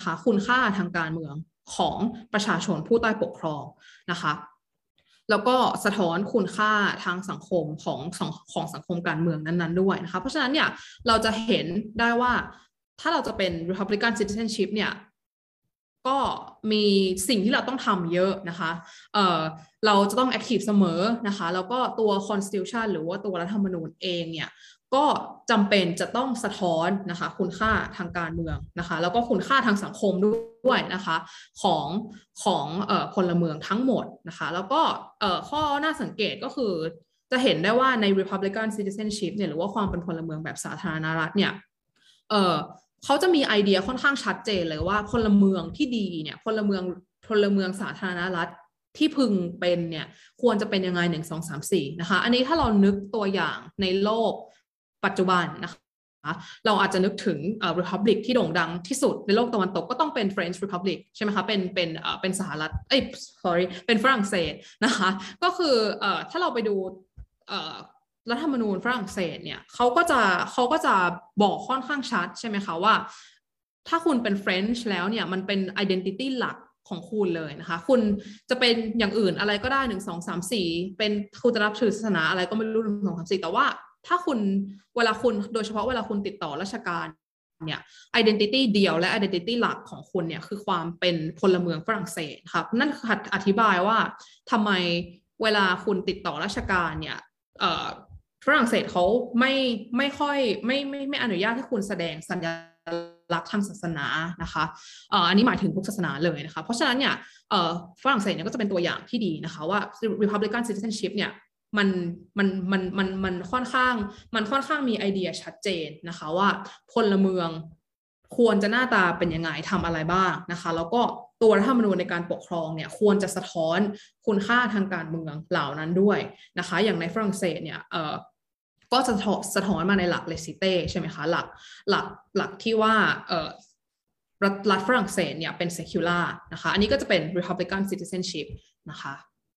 นะคะคุณค่าทางการเมืองของประชาชนผู้ใต้ปกครองนะคะแล้วก็สะท้อนคุณค่าทางสังคมของสังคมการเมืองนั้นๆด้วยนะคะเพราะฉะนั้นเนี่ยเราจะเห็นได้ว่าถ้าเราจะเป็น Republican Citizenship เนี่ยก็มีสิ่งที่เราต้องทำเยอะนะคะเราจะต้อง active เสมอนะคะแล้วก็ตัว Constitution หรือว่าตัวรัฐธรรมนูญเองเนี่ยก็จำเป็นจะต้องสะท้อนนะคะคุณค่าทางการเมืองนะคะแล้วก็คุณค่าทางสังคมด้วยนะคะของพลเมืองทั้งหมดนะคะแล้วก็ข้อน่าสังเกตก็คือจะเห็นได้ว่าใน Republican Citizenship เนี่ยหรือว่าความเป็นพลเมืองแบบสาธารณรัฐเนี่ยเขาจะมีไอเดียค่อนข้างชัดเจนเลยว่าพลเมืองที่ดีเนี่ยพลเมืองสาธารณรัฐที่พึงเป็นเนี่ยควรจะเป็นยังไง1 2 3 4นะคะอันนี้ถ้าเรานึกตัวอย่างในโลกปัจจุบันนะคะเราอาจจะนึกถึงRepublic ที่โด่งดังที่สุดในโลกตะวันตกก็ต้องเป็น French Republic ใช่ไหมคะเป็นสหรัฐเป็นฝรั่งเศสนะคะก็คือถ้าเราไปดูรัฐธรรมนูญฝรั่งเศสเนี่ยเขาก็จะบอกค่อนข้างชัดใช่ไหมคะว่าถ้าคุณเป็น French แล้วเนี่ยมันเป็น identity หลักของคุณเลยนะคะคุณจะเป็นอย่างอื่นอะไรก็ได้1 2 3 4เป็นคุณจะรับถือศาสนาอะไรก็ไม่รู้1 2 3 4แต่ว่าถ้าคุณโดยเฉพาะเวลาคุณติดต่อราชการเนี่ย identity เดียวและ identity หลักของคุณเนี่ยคือความเป็นพลเมืองฝรั่งเศสครับนั่นอธิบายว่าทำไมเวลาคุณติดต่อราชการเนี่ยฝรั่งเศสเขาไม่ค่อยไม่อนุญาตให้คุณแสดงสัญลักษณ์ทางศาสนานะคะอันนี้หมายถึงทุกศาสนาเลยนะคะเพราะฉะนั้นเนี่ยฝรั่งเศสเนี่ยก็จะเป็นตัวอย่างที่ดีนะคะว่า Republican Citizenship เนี่ยมันค่อนข้างมีไอเดียชัดเจนนะคะว่าพลเมืองควรจะหน้าตาเป็นยังไงทำอะไรบ้างนะคะแล้วก็ตัวรัฐธรรมนูญในการปกครองเนี่ยควรจะสะท้อนคุณค่าทางการเมืองเหล่านั้นด้วยนะคะอย่างในฝรั่งเศสเนี่ยก็จะสะท้อนมาในหลักเลซิเต้ใช่ไหมคะหลักที่ว่ารัฐฝรั่งเศสเนี่ยเป็น secular นะคะอันนี้ก็จะเป็น Republican Citizenship นะคะ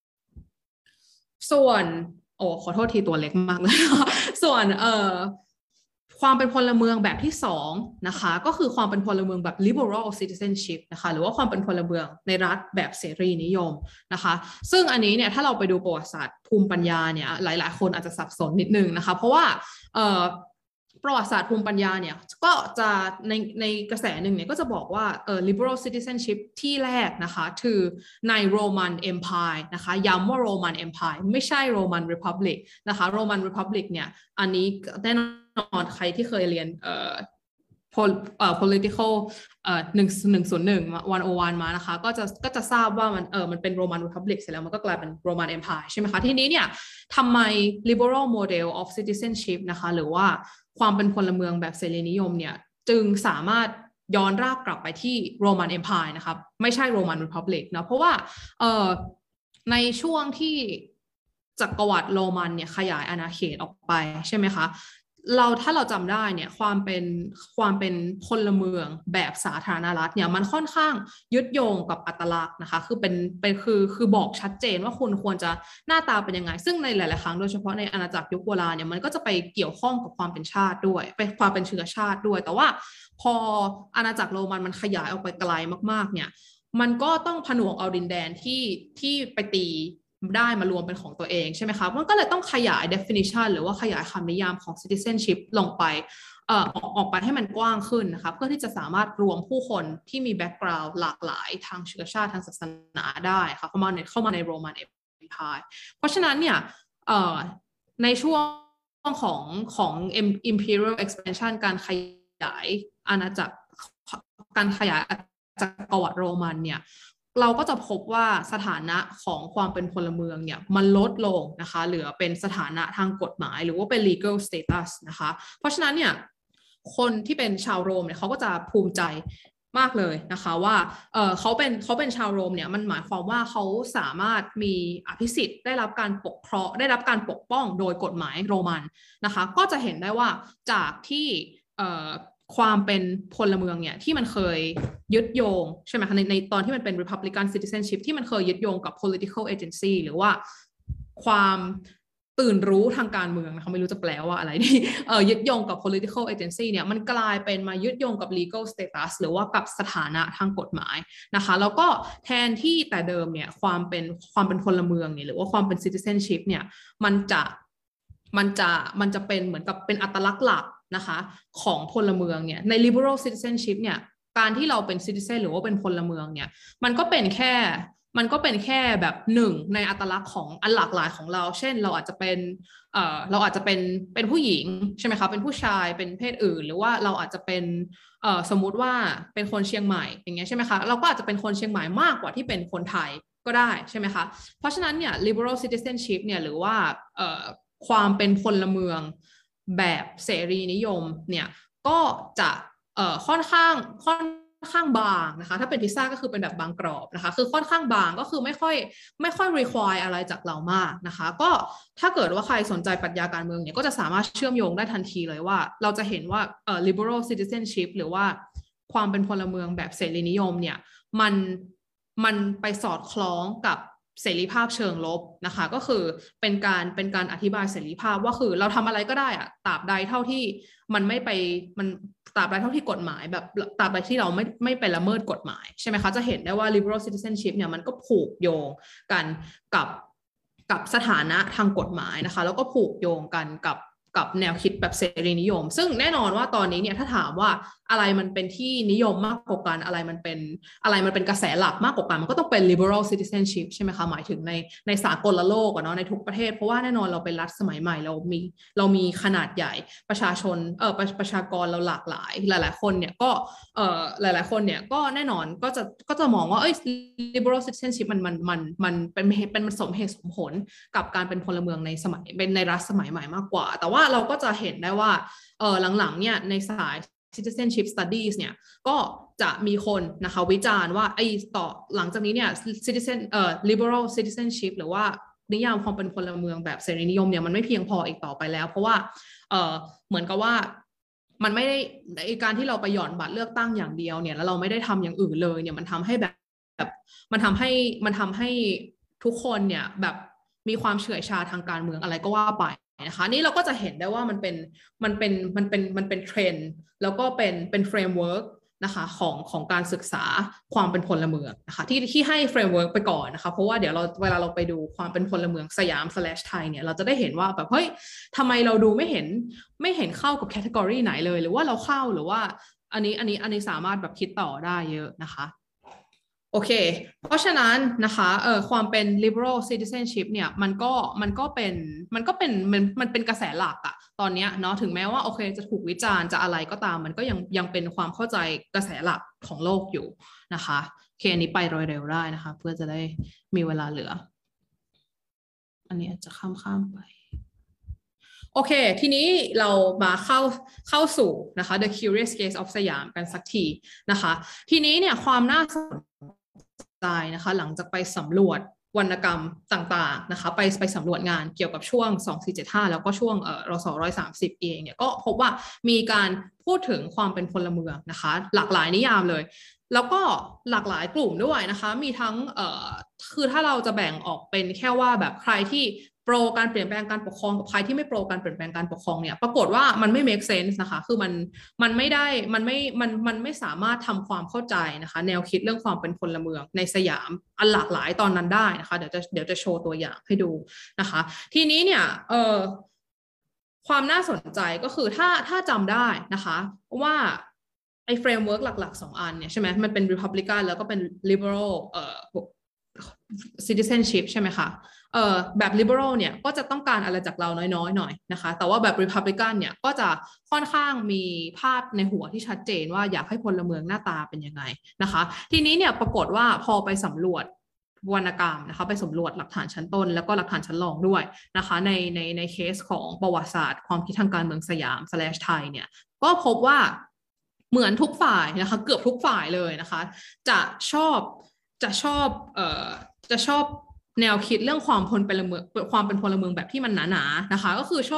ส่วนขอโทษทีตัวเล็กมากเลยส่วนความเป็นพลเมืองแบบที่2นะคะก็คือความเป็นพลเมืองแบบ liberal citizenship นะคะหรือว่าความเป็นพลเมืองในรัฐแบบเสรีนิยมนะคะซึ่งอันนี้เนี่ยถ้าเราไปดูประวัติศาสตร์ภูมิปัญญาเนี่ยหลายๆคนอาจจะสับสนนิดนึงนะคะเพราะว่าประวัติศาสตร์ภูมิปัญญาเนี่ยก็จะในกระแสหนึ่งเนี่ยก็จะบอกว่าliberal citizenship ที่แรกนะคะคือใน Roman Empire นะคะย้ำว่า Roman Empire ไม่ใช่ Roman Republic นะคะ Roman Republic เนี่ยอันนี้แน่นอนใครที่เคยเรียนpolitical 101 มานะคะก็จะทราบว่ามันเป็น Roman Republic เสร็จแล้วมันก็กลายเป็น Roman Empire ใช่ไหมคะทีนี้เนี่ยทำไม liberal model of citizenship นะคะหรือว่าความเป็นพลเมืองแบบเสรีนิยมเนี่ยจึงสามารถย้อนรากกลับไปที่ Roman Empire นะครับไม่ใช่ Roman Republic นะเพราะว่าในช่วงที่จักรวรรดิโรมันเนี่ยขยายอาณาเขตออกไปใช่ไหมคะถ้าเราจำได้เนี่ยความเป็นพลเมืองแบบสาธารณรัฐเนี่ยมันค่อนข้างยึดโยงกับอัตลักษณ์นะคะคือบอกชัดเจนว่าคุณควรจะหน้าตาเป็นยังไงซึ่งในหลายๆครั้งโดยเฉพาะในอาณาจักรยุคโบราณเนี่ยมันก็จะไปเกี่ยวข้องกับความเป็นชาติด้วยไปความเป็นเชื้อชาติด้วยแต่ว่าพออาณาจักรโรมันขยายออกไปไกลมากๆเนี่ยมันก็ต้องผนวกเอาดินแดนที่ไปตีได้มารวมเป็นของตัวเองใช่ไหมคะมันก็เลยต้องขยาย definition หรือว่าขยายคำนิยามของ citizenship ลงไปออกไปให้มันกว้างขึ้นนะคะเพื่อที่จะสามารถรวมผู้คนที่มี background หลากหลายทางเชื้อชาติทางศาสนาได้ค่ะเข้ามาใน Roman Empire เพราะฉะนั้นเนี่ยในช่วงของ imperial expansion การขยายอาณาจักรการขยายจักรวรรดิโรมันเนี่ยเราก็จะพบว่าสถานะของความเป็นพลเมืองเนี่ยมันลดลงนะคะเหลือเป็นสถานะทางกฎหมายหรือว่าเป็น legal status นะคะเพราะฉะนั้นเนี่ยคนที่เป็นชาวโรมเนี่ยเขาก็จะภูมิใจมากเลยนะคะว่าเขาเป็นชาวโรมเนี่ยมันหมายความว่าเขาสามารถมีอภิสิทธิ์ได้รับการปกครองได้รับการปกป้องโดยกฎหมายโรมันนะคะก็จะเห็นได้ว่าจากที่ความเป็นพลเมืองเนี่ยที่มันเคยยึดโยงใช่ไหมคะในตอนที่มันเป็น Republican Citizenship ที่มันเคยยึดโยงกับ political agency หรือว่าความตื่นรู้ทางการเมืองนะคะไม่รู้จะแปลว่าอะไรดียึดโยงกับ political agency เนี่ยมันกลายเป็นมายึดโยงกับ legal status หรือว่ากับสถานะทางกฎหมายนะคะแล้วก็แทนที่แต่เดิมเนี่ยความเป็นพลเมืองเนี่ยหรือว่าความเป็น citizenship เนี่ยมันจะเป็นเหมือนกับเป็นอัตลักษณ์หลักนะคะของพลเมืองเนี่ยใน liberal citizenship เนี่ยการที่เราเป็น citizen หรือว่าเป็นพลเมืองเนี่ยมันก็เป็นแค่แบบหนึ่งในอัตลักษณ์ของอันหลากหลายของเราเช่นเราอาจจะเป็นผู้หญิงใช่ไหมคะเป็นผู้ชายเป็นเพศอื่นหรือว่าเราอาจจะเป็นสมมุติว่าเป็นคนเชียงใหม่อย่างเงี้ยใช่ไหมคะเราก็อาจจะเป็นคนเชียงใหม่มากกว่าที่เป็นคนไทยก็ได้ใช่ไหมคะเพราะฉะนั้นเนี่ย liberal citizenship เนี่ยหรือว่าความเป็นพลเมืองแบบเสรีนิยมเนี่ยก็จะค่อนข้างบางนะคะถ้าเป็นพิซซ่าก็คือเป็นแบบบางกรอบนะคะคือค่อนข้างบางก็คือไม่ค่อย require อะไรจากเรามากนะคะก็ถ้าเกิดว่าใครสนใจปรัชญาการเมืองเนี่ยก็จะสามารถเชื่อมโยงได้ทันทีเลยว่าเราจะเห็นว่าliberal citizenship หรือว่าความเป็นพลเมืองแบบเสรีนิยมเนี่ยมันไปสอดคล้องกับเสรีภาพเชิงลบนะคะก็คือเป็นการอธิบายเสรีภาพว่าคือเราทำอะไรก็ได้อะตราบใดเท่าที่มันไม่ไปมันตราบใดเท่าที่กฎหมายแบบตราบใดที่เราไม่ไปละเมิดกฎหมายใช่ไหมคะจะเห็นได้ว่า liberal citizenship เนี่ยมันก็ผูกโยงกันกับสถานะทางกฎหมายนะคะแล้วก็ผูกโยงกันกับแนวคิดแบบเสรีนิยมซึ่งแน่นอนว่าตอนนี้เนี่ยถ้าถามว่าอะไรมันเป็นที่นิยมมากกว่ากันอะไรมันเป็นกระแสหลักมากกว่ากันมันก็ต้องเป็น liberal citizenship ใช่ไหมคะหมายถึงในสากลโลกอะเนาะในทุกประเทศเพราะว่าแน่นอนเราเป็นรัฐสมัยใหม่เรามีขนาดใหญ่ประชาชนประชากรเราหลากหลายหลายๆคนเนี่ยก็หลายๆคนเนี่ยก็แน่นอนก็จะมองว่าliberal citizenship มันเป็นสมเหตุสมผลกับการเป็นพลเมืองในรัฐสมัยใหม่มากกว่าแต่ว่าเราก็จะเห็นได้ว่าหลังๆเนี่ยในสาย citizenship studies เนี่ยก็จะมีคนนะคะวิจารณ์ว่าต่อหลังจากนี้เนี่ยliberal citizenship หรือว่านิยามความเป็นพลเมืองแบบเสรีนิยมเนี่ยมันไม่เพียงพออีกต่อไปแล้วเพราะว่าเหมือนกับว่ามันไม่ได้การที่เราไปหย่อนบัตรเลือกตั้งอย่างเดียวเนี่ยแล้วเราไม่ได้ทำอย่างอื่นเลยเนี่ยมันทำให้ทุกคนเนี่ยแบบมีความเฉื่อยชาทางการเมืองอะไรก็ว่าไปนะคะนี่เราก็จะเห็นได้ว่ามันเป็นเทรนด์แล้วก็เป็นเฟรมเวิร์กนะคะของการศึกษาความเป็นพลเมืองนะคะที่ให้เฟรมเวิร์กไปก่อนนะคะเพราะว่าเดี๋ยวเวลาเราไปดูความเป็นพลเมืองสยาม/ไทยเนี่ยเราจะได้เห็นว่าแบบเฮ้ยทำไมเราดูไม่เห็นเข้ากับแคตตากรีไหนเลยหรือว่าเราเข้าหรือว่าอันนี้สามารถแบบคิดต่อได้เยอะนะคะโอเคเพราะฉะนั้นนะคะความเป็น liberal citizenship เนี่ยมันเป็นกระแสหลักอะตอนนี้เนาะถึงแม้ว่าโอเคจะถูกวิจารณ์จะอะไรก็ตามมันก็ยังเป็นความเข้าใจกระแสหลักของโลกอยู่นะคะโอเคอันนี้ไปโดยเร็วได้นะคะเพื่อจะได้มีเวลาเหลืออันนี้จะข้ามไปโอเคทีนี้เรามาเข้าสู่นะคะ The Curious Case of สยามกันสักทีนะคะทีนี้เนี่ยความน่าสนใจนะคะหลังจากไปสำรวจวรรณกรรมต่างๆนะคะไปสำรวจงานเกี่ยวกับช่วง2475แล้วก็ช่วงรศ130เองเนี่ยก็พบว่ามีการพูดถึงความเป็นพลเมืองนะคะหลากหลายนิยามเลยแล้วก็หลากหลายกลุ่มด้วยนะคะมีทั้งคือถ้าเราจะแบ่งออกเป็นแค่ว่าแบบใครที่โปรการเปลี่ยนแปลงการปกครองกับใครที่ไม่โปรการเปลี่ยนแปลงการปกครองเนี่ยปรากฏว่ามันไม่ make sense นะคะคือมันไม่สามารถทำความเข้าใจนะคะแนวคิดเรื่องความเป็นพลเมืองในสยามอันหลากหลายตอนนั้นได้นะคะเดี๋ยวจะโชว์ตัวอย่างให้ดูนะคะทีนี้เนี่ยความน่าสนใจก็คือถ้าจำได้นะคะว่าไอ้เฟรมเวิร์กหลักๆ2อันเนี่ยใช่ไหมมันเป็น Republican แล้วก็เป็น Liberal citizenship ใช่ไหมคะแบบ liberal เนี่ยก็จะต้องการอะไรจากเราน้อยหน่อยนะคะแต่ว่าแบบ Republican เนี่ยก็จะค่อนข้างมีภาพในหัวที่ชัดเจนว่าอยากให้พลเมืองหน้าตาเป็นยังไงนะคะทีนี้เนี่ยปรากฏว่าพอไปสำรวจวรรณกรรมนะคะไปสำรวจหลักฐานชั้นต้นแล้วก็หลักฐานชั้นรองด้วยนะคะในเคสของประวัติศาสตร์ความคิดทางการเมืองสยาม/ไทยเนี่ยก็พบว่าเหมือนทุกฝ่ายนะคะเกือบทุกฝ่ายเลยนะคะจะชอบแนวคิดเรื่องความเป็นพลเมืองแบบที่มันหนาๆนะคะก็คือ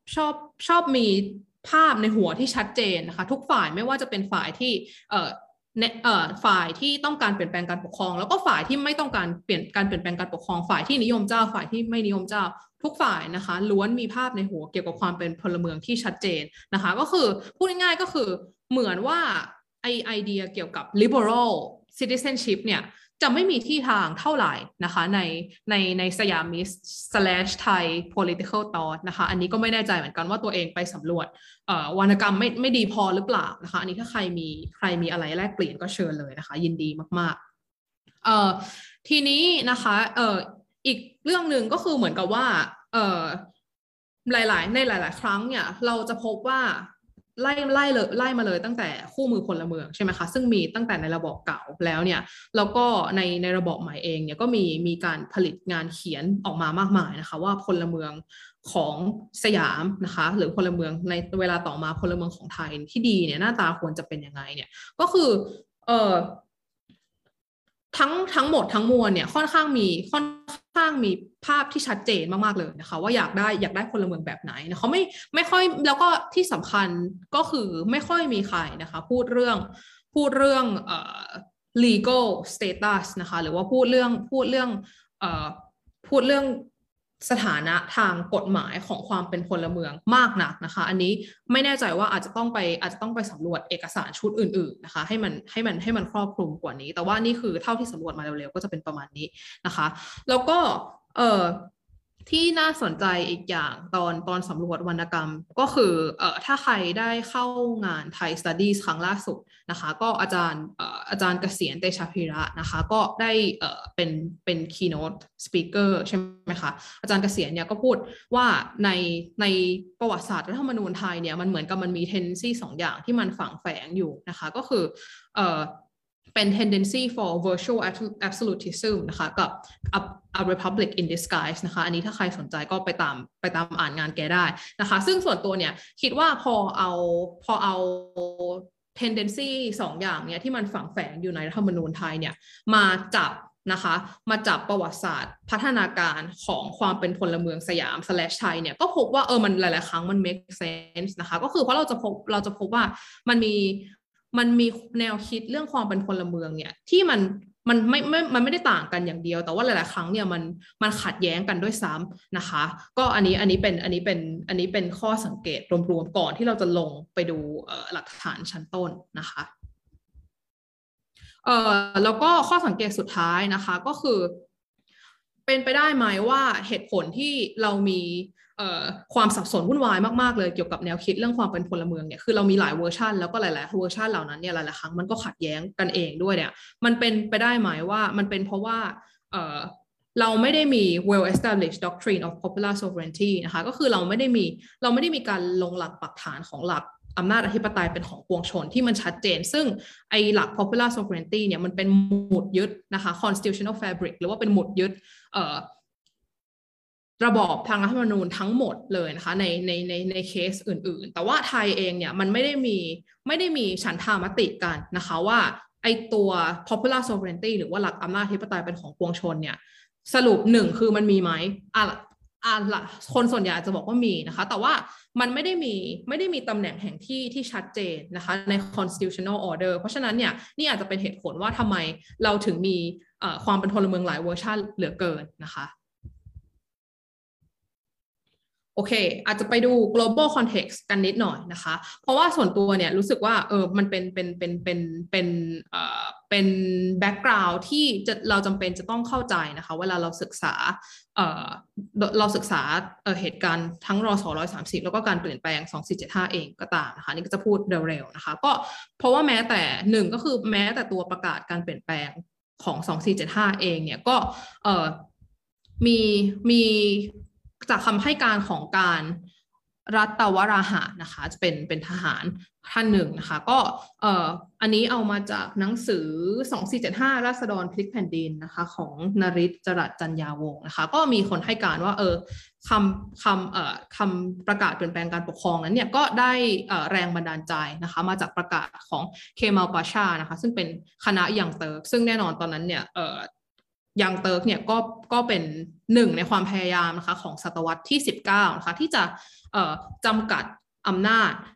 ชอบมีภาพในหัวที่ชัดเจนนะคะทุกฝ่ายไม่ว่าจะเป็นฝ่ายที่ฝ่ายที่ต้องการเปลี่ยนแปลงการปกครองแล้วก็ฝ่ายที่ไม่ต้องการเปลี่ยนแปลงการปกครองฝ่ายที่นิยมเจ้าฝ่ายที่ไม่นิยมเจ้าทุกฝ่ายนะคะล้วนมีภาพในหัวเกี่ยวกับความเป็นพลเมืองที่ชัดเจนนะคะก็คือพูดง่ายๆก็คือเหมือนว่าไอเดียเกี่ยวกับ liberal citizenship เนี่ยจะไม่มีที่ทางเท่าไหร่นะคะในสยามิส/ไทย political thought นะคะอันนี้ก็ไม่แน่ใจเหมือนกันว่าตัวเองไปสำรวจวรรณกรรมไม่ดีพอหรือเปล่านะคะอันนี้ถ้าใครมีอะไรแลกเปลี่ยนก็เชิญเลยนะคะยินดีมากๆทีนี้นะคะอีกเรื่องหนึ่งก็คือเหมือนกับว่าในหลายๆครั้งเนี่ยเราจะพบว่าไล่มาเลยตั้งแต่คู่มือพลเมืองใช่ไหมคะซึ่งมีตั้งแต่ในระบอบเก่าแล้วเนี่ยแล้วก็ในระบอบใหม่เองเนี่ยก็มีการผลิตงานเขียนออกมามากมายนะคะว่าพลเมืองของสยามนะคะหรือพลเมืองในเวลาต่อมาพลเมืองของไทยที่ดีเนี่ยหน้าตาควรจะเป็นยังไงเนี่ยก็คือทั้งหมดทั้งมวลเนี่ยค่อนข้างมีภาพที่ชัดเจนมากๆเลยนะคะว่าอยากได้พลเมืองแบบไหนนะเขาไม่ค่อยแล้วก็ที่สำคัญก็คือไม่ค่อยมีใครนะคะพูดเรื่องlegal status นะคะหรือว่าพูดเรื่องสถานะทางกฎหมายของความเป็นพลเมืองมากนักนะคะอันนี้ไม่แน่ใจว่าอาจจะต้องไปสำรวจเอกสารชุดอื่นๆนะคะให้มันครอบคลุมกว่านี้แต่ว่านี่คือเท่าที่สำรวจมาเร็วๆก็จะเป็นประมาณนี้นะคะแล้วก็ที่น่าสนใจอีกอย่างตอนสำรวจวรรณกรรมก็คือถ้าใครได้เข้างาน Thai Studies ครั้งล่าสุดนะคะก็อาจารย์เกษียณเตชะพีระนะคะก็ได้เป็น keynote speaker ใช่ไหมคะอาจารย์เกษียณเนี่ยก็พูดว่าในประวัติศาสตร์รัฐธรรมนูญไทยเนี่ยมันเหมือนกับมันมี tendency 2 อย่างที่มันฝังแฝงอยู่นะคะก็คือเป็น tendency for virtual absolutism นะคะกับ a republic in disguise นะคะอันนี้ถ้าใครสนใจก็ไปตามอ่านงานแกได้นะคะซึ่งส่วนตัวเนี่ยคิดว่าพอเอา tendency 2 อย่างเนี่ยที่มันฝังแฝงอยู่ในรัฐธรรมนูญไทยเนี่ยมาจับประวัติศาสตร์พัฒนาการของความเป็นพลเมืองสยาม/ไทยเนี่ยก็พบว่ามันหลายๆครั้งมัน make sense นะคะก็คือเพราะเราจะพบว่ามันมีแนวคิดเรื่องความเป็นพลเมืองเนี่ยที่มันไม่ได้ต่างกันอย่างเดียวแต่ว่าหลายๆครั้งเนี่ยมันขัดแย้งกันด้วยซ้ำนะคะก็อันนี้เป็นข้อสังเกตรวมๆก่อนที่เราจะลงไปดูหลักฐานชั้นต้นนะคะแล้วก็ข้อสังเกตสุดท้ายนะคะก็คือเป็นไปได้ไหมว่าเหตุผลที่เรามีความสับสนวุ่นวายมากๆเลยเกี่ยวกับแนวคิดเรื่องความเป็นพลเมืองเนี่ยคือเรามีหลายเวอร์ชันแล้วก็หลายๆเวอร์ชันเหล่านั้นเนี่ยหลายๆครั้งมันก็ขัดแย้งกันเองด้วยเนี่ยมันเป็นไปได้ไหมว่ามันเป็นเพราะว่าเราไม่ได้มี well established doctrine of popular sovereignty นะคะก็คือเราไม่ได้มีการลงหลักปักฐานของหลักอำนาจอธิปไตยเป็นของปวงชนที่มันชัดเจนซึ่งไอหลัก popular sovereignty เนี่ยมันเป็นหมุดยึดนะคะ constitutional fabric หรือว่าเป็นหมุดยึดระบอบทางรัฐธรรมนูญทั้งหมดเลยนะคะในเคสอื่นๆแต่ว่าไทยเองเนี่ยมันไม่ได้มีฉันทามติกันนะคะว่าไอตัว popular sovereignty หรือว่าหลักอำนาจอธิปไตยเป็นของปวงชนเนี่ยสรุป1คือมันมีไหมคนส่วนใหญ่จะบอกว่ามีนะคะแต่ว่ามันไม่ได้มีตำแหน่งแห่งที่ชัดเจนนะคะใน constitutional order เพราะฉะนั้นเนี่ยนี่อาจจะเป็นเหตุผลว่าทำไมเราถึงมีความเป็นพลเมืองหลายเวอร์ชันเหลือเกินนะคะโอเคอาจจะไปดู global context กันนิดหน่อยนะคะเพราะว่าส่วนตัวเนี่ยรู้สึกว่ามันเป็น background ที่เราจำเป็นจะต้องเข้าใจนะคะเวลาเราศึกษาเหตุการณ์ทั้งรศ.130แล้วก็การเปลี่ยนแปลง2475เองก็ตามนะคะนี่ก็จะพูดเร็วๆนะคะก็เพราะว่าแม้แต่1ก็คือแม้แต่ตัวประกาศการเปลี่ยนแปลงของ2475เองเนี่ยก็มีจากคำให้การของการรัตวราหะนะคะจะเป็นทหารท่านหนึ่งนะคะก็อันนี้เอามาจากหนังสือ2475ราษฎรพลิกแผ่นดินนะคะของนฤทธิ์จรัสจัญญาวงศ์นะคะก็มีคนให้การว่าคำประกาศเปลี่ยนแปลงการปกครองนั้นเนี่ยก็ได้แรงบันดาลใจนะคะมาจากประกาศของเคมัลปาชานะคะซึ่งเป็นคณะยังเติร์กซึ่งแน่นอนตอนนั้นเนี่ยยังเติร์กเนี่ยก็เป็นหนึ่งในความพยายามนะคะของศตวรรษที่19นะคะที่จะจำกัดอำนาจ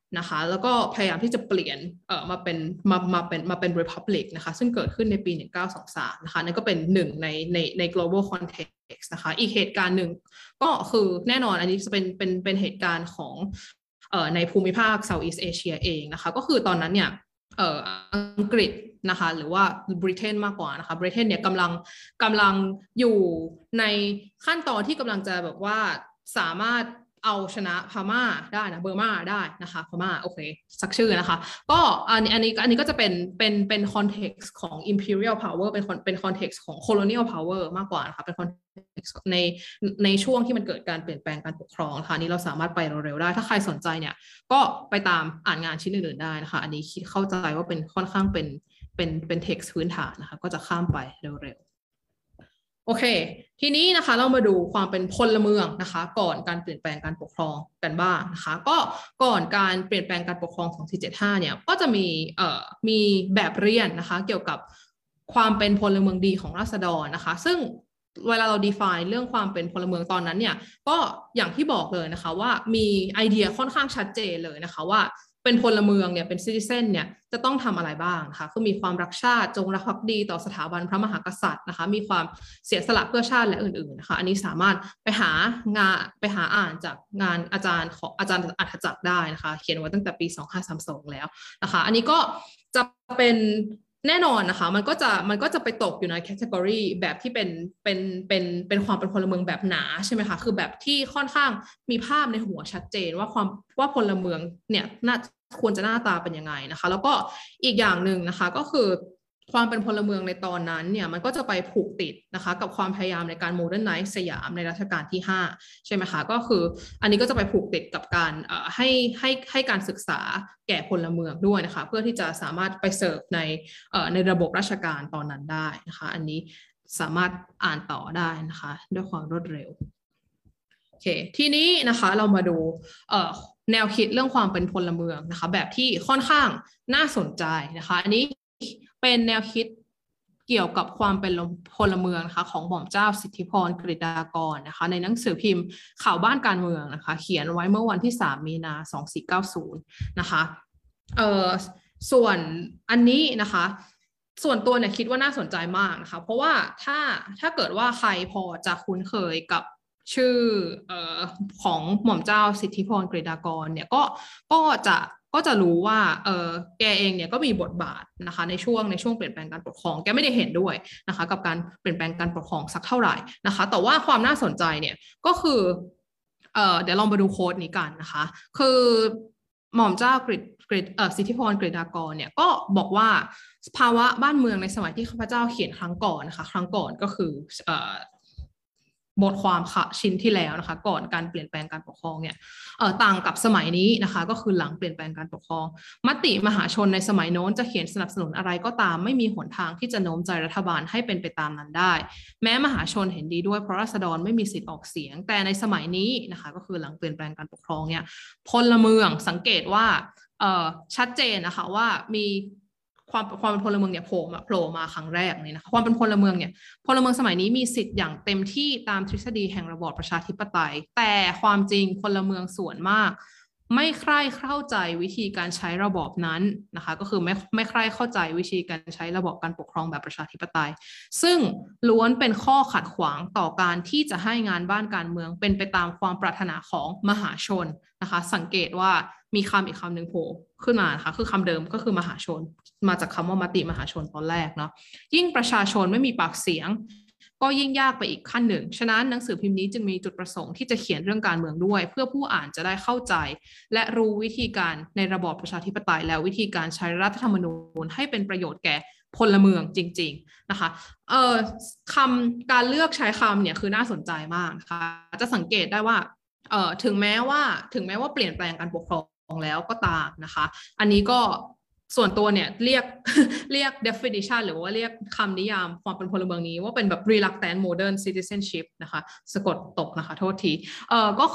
นะคะแล้วก็พยายามที่จะเปลี่ยนมาเป็น Republic นะคะซึ่งเกิดขึ้นในปี1923นะคะนั่นก็เป็นหนึ่งใน global context นะคะอีกเหตุการณ์หนึ่งก็คือแน่นอนอันนี้จะเป็นเหตุการณ์ของในภูมิภาค Southeast Asia เองนะคะก็คือตอนนั้นเนี่ยอังกฤษนะคะหรือว่าบริเตนมากกว่านะคะบริเตนเนี่ยกำลังอยู่ในขั้นตอนที่กำลังจะแบบว่าสามารถเอาชนะพม่าได้นะเบอร์มาได้นะคะพม่าโอเคสักชื่อนะคะก็อันนี้ก็จะเป็นคอนเท็กซ์ของ imperial power เป็นคอนเท็กซ์ของ colonial power มากกว่านะคะเป็นคอนเท็กซ์ในช่วงที่มันเกิดการเปลี่ยนแปลงการปกครองนะคะนี้เราสามารถไปเร็วๆได้ถ้าใครสนใจเนี่ยก็ไปตามอ่านงานชิ้นอื่นๆได้นะคะอันนี้คิดเข้าใจว่าเป็นค่อนข้างเป็นเท็กซ์พื้นฐานนะคะก็จะข้ามไปเร็วๆโอเคทีนี้นะคะเรามาดูความเป็นพลเมืองนะคะก่อนการเปลี่ยนแปลงการปกครองกันบ้างนะคะก็ก่อนการเปลี่ยนแปลงการปกครอง2475เนี่ยก็จะมีแบบเรียนนะคะเกี่ยวกับความเป็นพลเมืองดีของราษฎรนะคะซึ่งเวลาเรา define เรื่องความเป็นพลเมืองตอนนั้นเนี่ยก็อย่างที่บอกเลยนะคะว่ามีไอเดียค่อนข้างชัดเจนเลยนะคะว่าเป็นพลเมืองเนี่ยเป็นซิติเซนเนี่ยจะต้องทำอะไรบ้างนะคะคือมีความรักชาติจงรักภักดีต่อสถาบันพระมหากษัตริย์นะคะมีความเสียสละเพื่อชาติและอื่นๆนะคะอันนี้สามารถไปหอ่านจากงานอาจารย์อัฏฐจักรได้นะคะเขียนไว้ตั้งแต่ปี2532แล้วนะคะอันนี้ก็จะเป็นแน่นอนนะคะมันก็จะไปตกอยู่ในแคตตากรีแบบที่เป็นความเป็นพลเมืองแบบหนาใช่ไหมคะคือแบบที่ค่อนข้างมีภาพในหัวชัดเจนว่าพลเมืองเนี่ยควรจะหน้าตาเป็นยังไงนะคะแล้วก็อีกอย่างหนึ่งนะคะก็คือความเป็นพลเมืองในตอนนั้นเนี่ยมันก็จะไปผูกติดนะคะกับความพยายามในการโมเดิร์นไนซ์สยามในรัชกาลที่5ใช่ไหมคะก็คืออันนี้ก็จะไปผูกติดกับการให้การศึกษาแก่พลเมืองด้วยนะคะเพื่อที่จะสามารถไปเสิร์ฟในระบบราชการตอนนั้นได้นะคะอันนี้สามารถอ่านต่อได้นะคะด้วยความรวดเร็วโอเคทีนี้นะคะเรามาดูแนวคิดเรื่องความเป็นพลเมืองนะคะแบบที่ค่อนข้างน่าสนใจนะคะอันนี้เป็นแนวคิดเกี่ยวกับความเป็นพลเมืองนะคะของหม่อมเจ้าสิทธิพรกฤษฎากรนะคะในหนังสือพิมพ์ข่าวบ้านการเมืองนะคะเขียนไว้เมื่อวันที่3 มีนาคม 2490นะคะส่วนอันนี้นะคะส่วนตัวเนี่ยคิดว่าน่าสนใจมากนะคะเพราะว่าถ้าเกิดว่าใครพอจะคุ้นเคยกับชื่อของหม่อมเจ้าสิทธิพรกฤษฎากรเนี่ยก็จะรู้ว่าแกเองเนี่ยก็มีบทบาทนะคะในช่วงเปลี่ยนแปลงการปกครองแกไม่ได้เห็นด้วยนะคะกับการเปลี่ยนแปลงการปกครองสักเท่าไหร่นะคะแต่ว่าความน่าสนใจเนี่ยก็คือเดี๋ยวลองมาดูโค้ดนี้กันนะคะคือหม่อมเจ้าสิทธิพรกฤษฎากรเนี่ยก็บอกว่าภาวะบ้านเมืองในสมัยที่ข้าพเจ้าเขียนครั้งก่อนนะคะครั้งก่อนก็คือบทความค่ะชิ้นที่แล้วนะคะก่อนการเปลี่ยนแปลงการปกครองเนี่ยต่างกับสมัยนี้นะคะก็คือหลังเปลี่ยนแปลงการปกครองมติมหาชนในสมัยโน้นจะเขียนสนับสนุนอะไรก็ตามไม่มีหนทางที่จะโน้มใจรัฐบาลให้เป็นไปตามนั้นได้แม้มหาชนเห็นดีด้วยเพราะราษฎรไม่มีสิทธิ์ออกเสียงแต่ในสมัยนี้นะคะก็คือหลังเปลี่ยนแปลงการปกครองเนี่ยพลเมืองสังเกตว่าชัดเจนนะคะว่ามีความเป็นพลเมืองเนี่ยโผล่มาครั้งแรกนี่นะคะความเป็นพลเมืองเนี่ยพลเมืองสมัยนี้มีสิทธิ์อย่างเต็มที่ตามทฤษฎีแห่งระบอบประชาธิปไตยแต่ความจริงพลเมืองส่วนมากไม่ใคร่เข้าใจวิธีการใช้ระบอบนั้นนะคะก็คือไม่ใคร่เข้าใจวิธีการใช้ระบอบการปกครองแบบประชาธิปไตยซึ่งล้วนเป็นข้อขัดขวางต่อการที่จะให้งานบ้านการเมืองเป็นไปตามความปรารถนาของมหาชนนะคะสังเกตว่ามีคำอีกคำหนึ่งโผล่ขึ้นมานะคะคือคำเดิมก็คือมหาชนมาจากคำว่ามติมหาชนตอนแรกเนาะยิ่งประชาชนไม่มีปากเสียงก็ยิ่งยากไปอีกขั้นหนึ่งฉะนั้นหนังสือพิมพ์นี้จึงมีจุดประสงค์ที่จะเขียนเรื่องการเมืองด้วยเพื่อผู้อ่านจะได้เข้าใจและรู้วิธีการในระบอบประชาธิปไตยและวิธีการใช้รัฐธรรมนูญให้เป็นประโยชน์แก่พลเมืองจริงๆนะคะการเลือกใช้คำเนี่ยคือน่าสนใจมากนะคะจะสังเกตได้ว่าถึงแม้ว่าเปลี่ยนแปลงการปกครองแล้วก็ตามนะคะอันนี้ก็ส่วนตัวเนี่ยเรียก definition หรือว่าเรียกคำนิยามความเป็นพลเมืองนี้ว่าเป็นแบบ reluctant modern citizenship นะคะสะกดตกนะคะโทษทีก็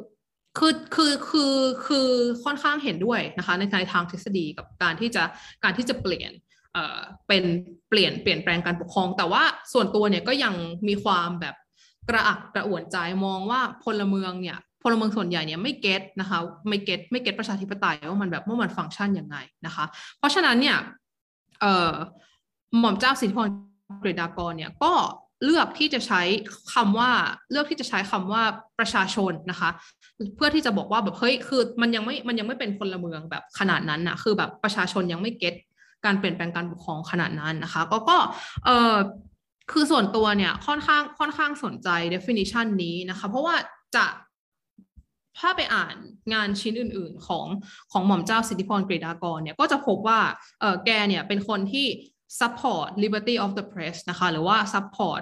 คือค่อนข้างเห็นด้วยนะคะในทางทฤษฎีกับการที่จะเปลี่ยนเป็นเปลี่ยนแปลงการปกครองแต่ว่าส่วนตัวเนี่ยก็ยังมีความแบบกระอักกระอ่วนใจมองว่าพลเมืองเนี่ยพลเมืองส่วนใหญ่เนี่ยไม่เก็ตนะคะไม่เก็ตประชาธิปไตยว่ามันฟังก์ชันยังไงนะคะเพราะฉะนั้นเนี่ยหม่อมเจ้าสิทธิพรกฤษฎากรเนี่ยก็เลือกที่จะใช้คำว่าประชาชนนะคะเพื่อที่จะบอกว่าแบบเฮ้ยคือมันยังไม่เป็นพลเมืองแบบขนาดนั้นนะคือแบบประชาชนยังไม่เก็ตการเปลี่ยนแปลงการปกครองขนาดนั้นนะคะก็คือส่วนตัวเนี่ยค่อนข้างสนใจ definition นี้นะคะเพราะว่าถ้าไปอ่านงานชิ้นอื่นๆของหม่อมเจ้าสิทธิพรกฤษฎากรเนี่ยก็จะพบว่าแกเนี่ยเป็นคนที่ support liberty of the press นะคะหรือว่า support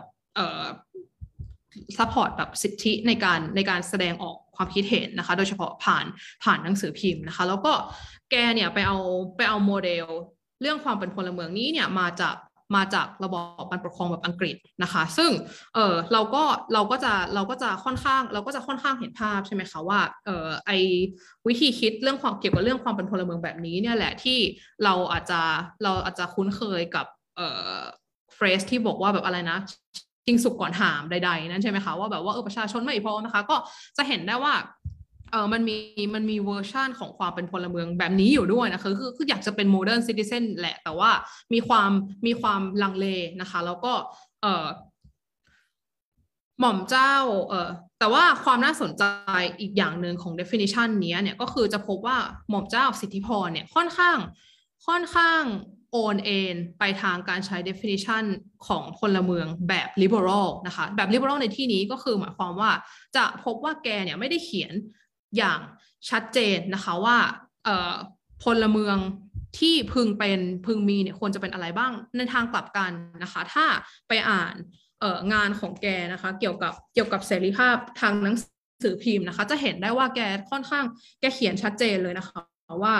แบบสิทธิในการแสดงออกความคิดเห็นนะคะโดยเฉพาะผ่านหนังสือพิมพ์นะคะแล้วก็แกเนี่ยไปเอาโมเดลเรื่องความเป็นพลเมืองนี้เนี่ยมาจากระบอบการปกครองแบบอังกฤษนะคะซึ่งเราก็จะค่อนข้างเห็นภาพใช่ไหมคะว่าไอวิธีคิดเกี่ยวกับเรื่องความเป็นพลเมืองแบบนี้เนี่ยแหละที่เราอาจจะคุ้นเคยกับเฟรสที่บอกว่าแบบอะไรนะชิงสุกก่อนหามใดๆนั่นใช่ไหมคะว่าแบบว่าประชาชนไม่พอนะคะก็จะเห็นได้ว่ามันมีเวอร์ชันของความเป็นพลเมืองแบบนี้อยู่ด้วยนะคะคืออยากจะเป็นโมเดิร์นซิติเซนแหละแต่ว่ามีความลังเลนะคะแล้วก็หม่อมเจ้าแต่ว่าความน่าสนใจอีกอย่างหนึ่งของ definition นี้เนี่ยก็คือจะพบว่าหม่อมเจ้าสิทธิพรเนี่ยค่อนข้างโอนเอ็นไปทางการใช้ definition ของพลเมืองแบบ liberal นะคะแบบ liberal ในที่นี้ก็คือหมายความว่าจะพบว่าแกเนี่ยไม่ได้เขียนอย่างชัดเจนนะคะว่าพลเมืองที่พึงมีเนี่ยควรจะเป็นอะไรบ้างในทางกลับกันนะคะถ้าไปอ่านงานของแกนะคะเกี่ยวกับเสรีภาพทางหนังสือพิมพ์นะคะจะเห็นได้ว่าแกเขียนชัดเจนเลยนะคะว่า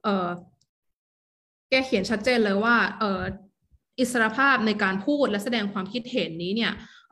แกเขียนชัดเจนเลยว่าอิสรภาพในการพูดและแสดงความคิดเห็นนี้เนี่ย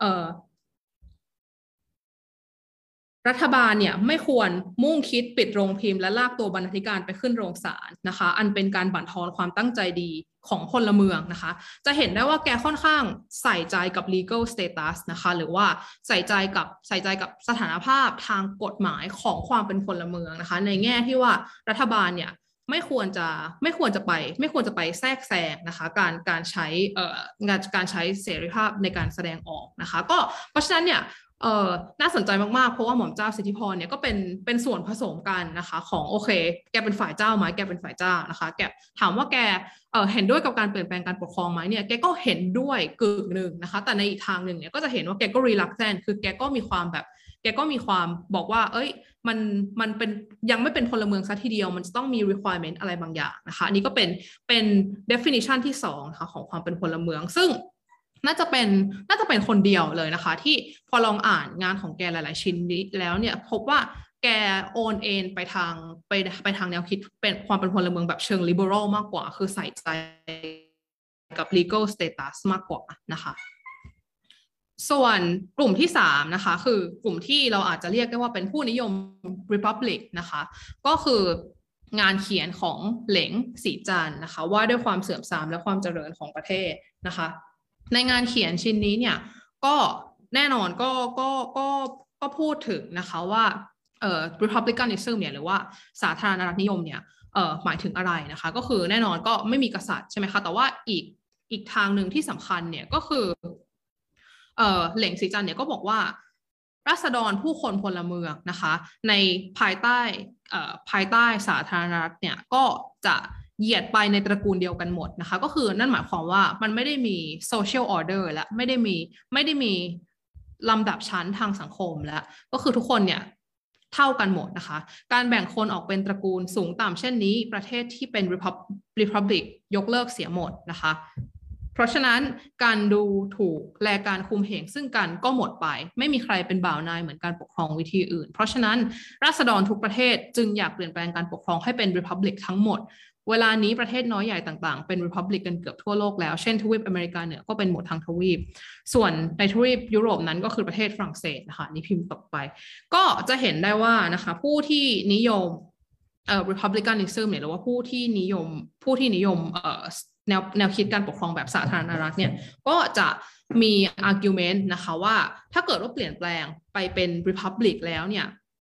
รัฐบาลเนี่ยไม่ควรมุ่งคิดปิดโรงพิมพ์และลากตัวบรรณาธิการไปขึ้นโรงศาลนะคะอันเป็นการบั่นทอนความตั้งใจดีของพลเมืองนะคะจะเห็นได้ว่าแกค่อนข้างใส่ใจกับ legal status นะคะหรือว่าใส่ใจกับสถานภาพทางกฎหมายของความเป็นพลเมืองนะคะในแง่ที่ว่ารัฐบาลเนี่ยไม่ควรจะไปแทรกแซงนะคะการใช้เสรีภาพในการแสดงออกนะคะก็เพราะฉะนั้นเนี่ยน่าสนใจมากๆเพราะว่าหม่อมเจ้าสิทธิพรเนี่ยก็เป็นส่วนผสมกันนะคะของโอเคแกเป็นฝ่ายเจ้าไหมแกเป็นฝ่ายเจ้านะคะแกถามว่าแกเห็นด้วยกับการเปลี่ยนแปลงการปกครองไหมเนี่ยแกก็เห็นด้วยกึ่งหนึ่งนะคะแต่ในอีกทางหนึ่งเนี่ยก็จะเห็นว่าแกก็ reluctant คือแกก็มีความบอกว่าเอ้ยมันเป็นยังไม่เป็นพลเมืองซะทีเดียวมันจะต้องมี requirement อะไรบางอย่างนะคะอันนี้ก็เป็น definition ที่2นะคะของความเป็นพลเมืองซึ่งน่าจะเป็นคนเดียวเลยนะคะที่พอลองอ่านงานของแกหลายๆชิ้นนี้แล้วเนี่ยพบว่าแกโอนเอ็นไปทางแนวคิดเป็นความเป็นพลเมืองแบบเชิง liberal มากกว่าคือใส่ใจกับ legal status มากกว่านะคะส่วนกลุ่มที่3นะคะคือกลุ่มที่เราอาจจะเรียกได้ว่าเป็นผู้นิยม Republic นะคะก็คืองานเขียนของเหลงศรีจันทร์นะคะว่าด้วยความเสื่อมทรามและความเจริญของประเทศนะคะในงานเขียนชิ้นนี้เนี่ยก็แน่นอนก็พูดถึงนะคะว่าRepublicanism เนี่ยหรือว่าสาธารณรัฐนิยมเนี่ยหมายถึงอะไรนะคะก็คือแน่นอนก็ไม่มีกษัตริย์ใช่ไหมคะแต่ว่าอีกทางหนึ่งที่สำคัญเนี่ยก็คือเหล่งศรีจันทร์เนี่ยก็บอกว่าราษฎรผู้คนพลเมืองนะคะในภายใต้สาธารณรัฐเนี่ยก็จะเหยียดไปในตระกูลเดียวกันหมดนะคะก็คือนั่นหมายความว่ามันไม่ได้มี social order และไม่ได้มีลำดับชั้นทางสังคมแล้วก็คือทุกคนเนี่ยเท่ากันหมดนะคะการแบ่งคนออกเป็นตระกูลสูงต่ำเช่นนี้ประเทศที่เป็น Republic ยกเลิกเสียหมดนะคะเพราะฉะนั้นการดูถูกและการคุมเหงซึ่งกันก็หมดไปไม่มีใครเป็นบ่าวนายเหมือนการปกครองวิธีอื่นเพราะฉะนั้นราษฎรทุกประเทศจึงอยากเปลี่ยนแปลงการปกครองให้เป็น Republic ทั้งหมดเวลานี้ประเทศน้อยใหญ่ต่างๆเป็น Republic กันเกือบทั่วโลกแล้วเช่นทวีปอเมริกาเหนือก็เป็นหมดทั้งทวีปส่วนในทวีปยุโรปนั้นก็คือประเทศฝรั่งเศสนะคะนี่พิมพ์ต่อไปก็จะเห็นได้ว่านะคะผู้ที่นิยมRepublicanism เนี่ยหรือว่าผู้ที่นิยมแนวคิดการปกครองแบบสาธารณรัฐเนี่ยก็จะมี argument นะคะว่าถ้าเกิดว่าเปลี่ยนแปลงไปเป็น Republic แล้วเนี่ย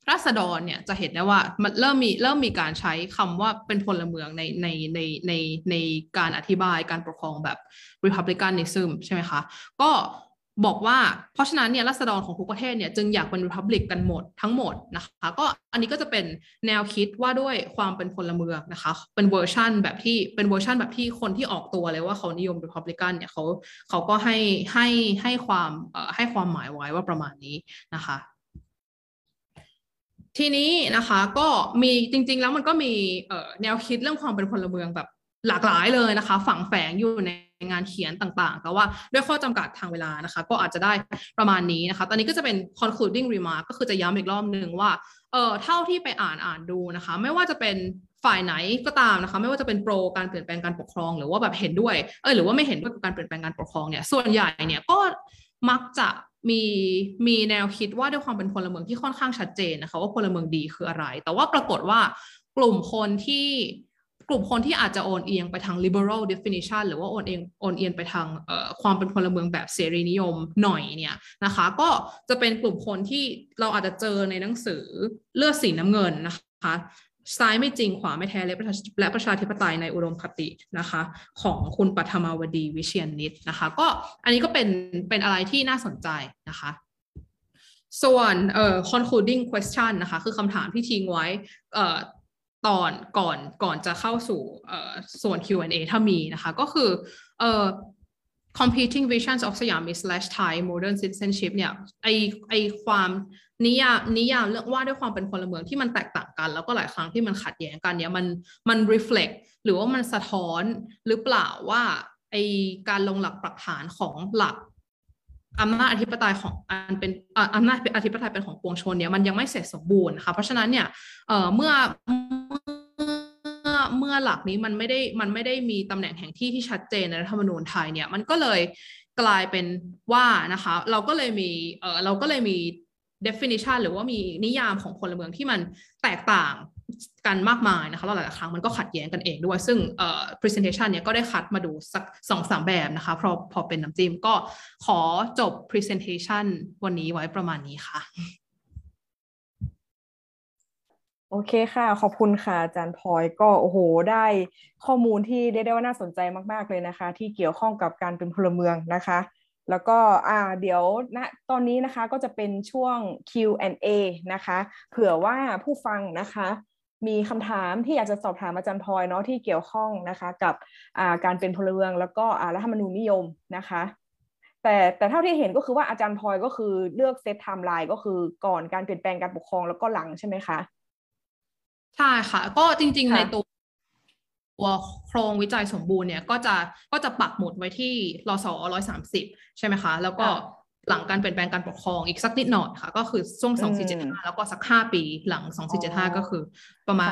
ราษฎรเนี่ยจะเห็นได้ว่ามันเริ่มมีการใช้คำว่าเป็นพลเมืองในการอธิบายการปกครองแบบ Republicanism ใช่ไหมคะก็บอกว่าเพราะฉะนั้นเนี่ยราษฎรของทุกประเทศเนี่ยจึงอยากเป็น Republic กันหมดทั้งหมดนะคะก็อันนี้ก็จะเป็นแนวคิดว่าด้วยความเป็นพลเมืองนะคะเป็นเวอร์ชันแบบที่คนที่ออกตัวเลยว่าเขานิยม Republican เนี่ยเขาก็ให้ความหมายไว้ว่าประมาณนี้นะคะทีนี้นะคะก็มีจริงๆแล้วมันก็มีแนวคิดเรื่องความเป็นพลเมืองแบบหลากหลายเลยนะคะฝังแฝงอยู่ในงานเขียนต่างๆแต่ว่าด้วยข้อจำกัดทางเวลานะคะก็อาจจะได้ประมาณนี้นะคะตอนนี้ก็จะเป็น concluding remark ก็คือจะย้ำอีกรอบหนึ่งว่าเท่าที่ไปอ่านดูนะคะไม่ว่าจะเป็นฝ่ายไหนก็ตามนะคะไม่ว่าจะเป็นโปรการเปลี่ยนแปลงการปกครองหรือว่าแบบเห็นด้วยหรือว่าไม่เห็นด้วยกับการเปลี่ยนแปลงการปกครองเนี่ยส่วนใหญ่เนี่ยก็มักจะมีแนวคิดว่าด้วยความเป็นพลเมืองที่ค่อนข้างชัดเจนนะคะว่าพลเมืองดีคืออะไรแต่ว่าปรากฏว่ากลุ่มคนที่อาจจะโอนเอียงไปทาง liberal definition หรือว่าโอนเอียงไปทางความเป็นพลเมืองแบบเสรีนิยมหน่อยเนี่ยนะคะก็จะเป็นกลุ่มคนที่เราอาจจะเจอในหนังสือเลือดสีน้ำเงินนะคะซ้ายไม่จริงขวาไม่แท้และประชาธิปไตยในอุดมคตินะคะของคุณปัทมาวดีวิเชียรนิตนะคะก็อันนี้ก็เป็นอะไรที่น่าสนใจนะคะส่วนconcluding question นะคะคือคำถามที่ทิ้งไว้ตอนก่อนจะเข้าสู่ส่วน Q&A ถ้ามีนะคะก็คือcompeting visions of Siamese/Thai modern citizenship เนี่ยไอความนิยามเรื่องว่าด้วยความเป็นพลเมืองที่มันแตกต่างกันแล้วก็หลายครั้งที่มันขัดแย้งกันเนี่ยมัน reflect หรือว่ามันสะท้อนหรือเปล่าว่าไอการลงหลักปักฐานของหลักอำนาจอธิปไตยของอำนาจอธิปไตยเป็นของปวงชนเนี่ยมันยังไม่เสร็จสมบูรณ์นะคะเพราะฉะนั้นเนี่ยเมื่อหลักนี้มันไม่ได้มีตำแหน่งแห่งที่ชัดเจนในรัฐธรรมนูญไทยเนี่ยมันก็เลยกลายเป็นว่านะคะเราก็เลยมี definition หรือว่ามีนิยามของพลเมืองที่มันแตกต่างกันมากมายนะคะแล้วหลายครั้งมันก็ขัดแย้งกันเองด้วยซึ่งpresentation เนี่ยก็ได้คัดมาดูสัก 2-3 แบบนะคะพอเป็นน้ำจิ้มก็ขอจบ presentation วันนี้ไว้ประมาณนี้ค่ะโอเคค่ะขอบคุณค่ะอาจารย์พลอยก็โอ้โหได้ข้อมูลที่เรียกได้ว่าน่าสนใจมากๆเลยนะคะที่เกี่ยวข้องกับการเป็นพลเมืองนะคะแล้วก็เดี๋ยวตอนนี้นะคะก็จะเป็นช่วง Q&A นะคะเผื่อว่าผู้ฟังนะคะมีคำถามที่อยากจะสอบถามอาจารย์พลอยเนาะที่เกี่ยวข้องนะคะกับการเป็นพลเมืองแล้วก็รัฐธรรมนูญนิยมนะคะแต่เท่าที่เห็นก็คือว่าอาจารย์พลอยก็คือเลือกเซตไทม์ไลน์ก็คือก่อนการเปลี่ยนแปลงการปกครองแล้วก็หลังใช่ไหมคะใช่ค่ะก็จริงๆในตัวโครงวิจัยสมบูรณ์เนี่ยก็จะปักหมุดไว้ที่รศ130ใช่ไหมคะแล้วก็หลังการเปลี่ยนแปลงการปกครองอีกสักนิดหน่อยค่ะก็คือช่วง2475แล้วก็สัก5 ปีหลัง2475ก็คือประมาณ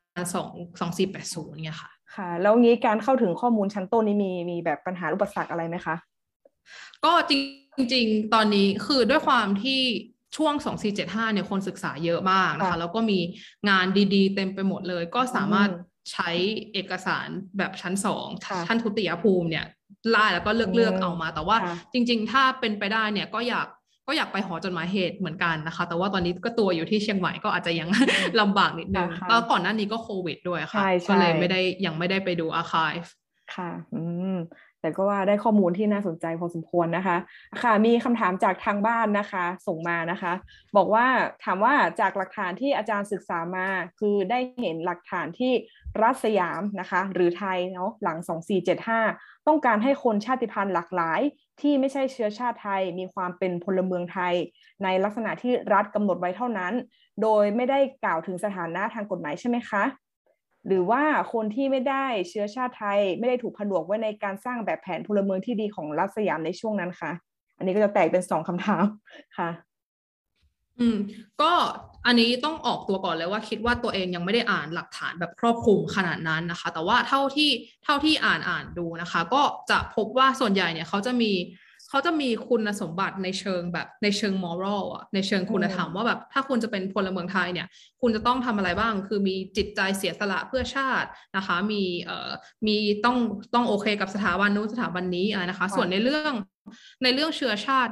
2480เนี่ยค่ะค่ะแล้วงี้การเข้าถึงข้อมูลชั้นต้นนี้มีแบบปัญหาอุปสรรคอะไรไหมคะก็จริงๆตอนนี้คือด้วยความที่ช่วง2475เนี่ยคนศึกษาเยอะมากนะคะแล้วก็มีงานดีๆเต็มไปหมดเลยก็สามารถใช้เอกสารแบบชั้น2ท่านทุติยภูมิเนี่ยไล่แล้วก็เลือกเอามาแต่ว่าจริงๆถ้าเป็นไปได้เนี่ยก็อยากไปหอจดหมายเหตุเหมือนกันนะคะแต่ว่าตอนนี้ก็ตัวอยู่ที่เชียงใหม่ก็อาจจะยังลำบากนิดนึงแล้วก่อนหน้านี้ก็โควิดด้วยค่ะก็เลยยังไม่ได้ไปดูอาร์คีฟค่ะแต่ก็ว่าได้ข้อมูลที่น่าสนใจพอสมควรนะคะค่ะมีคำถามจากทางบ้านนะคะส่งมานะคะบอกว่าถามว่าจากหลักฐานที่อาจารย์ศึกษามาคือได้เห็นหลักฐานที่รัฐสยามนะคะหรือไทยเนาะหลัง2475ต้องการให้คนชาติพันธุ์หลากหลายที่ไม่ใช่เชื้อชาติไทยมีความเป็นพลเมืองไทยในลักษณะที่รัฐกำหนดไว้เท่านั้นโดยไม่ได้กล่าวถึงสถานะทางกฎหมายใช่ไหมคะหรือว่าคนที่ไม่ได้เชื้อชาติไทยไม่ได้ถูกผนวกไว้ในการสร้างแบบแผนพลเมืองที่ดีของรัฐสยามในช่วงนั้นค่ะอันนี้ก็จะแตกเป็น2 คำถามค่ะก็อันนี้ต้องออกตัวก่อนเลยว่าคิดว่าตัวเองยังไม่ได้อ่านหลักฐานแบบครอบคลุมขนาดนั้นนะคะแต่ว่าเท่าที่อ่านดูนะคะก็จะพบว่าส่วนใหญ่เนี่ยเขาจะมีคุณสมบัติในเชิงแบบในเชิง moral อ่ะในเชิงคุณธรรมว่าแบบถ้าคุณจะเป็นพลเมืองไทยเนี่ยคุณจะต้องทำอะไรบ้างคือมีจิตใจเสียสละเพื่อชาตินะคะมีต้องโอเคกับสถาบันนู้นสถาบันนี้อะไรนะคะส่วนในเรื่องเชื้อชาติเนี่ย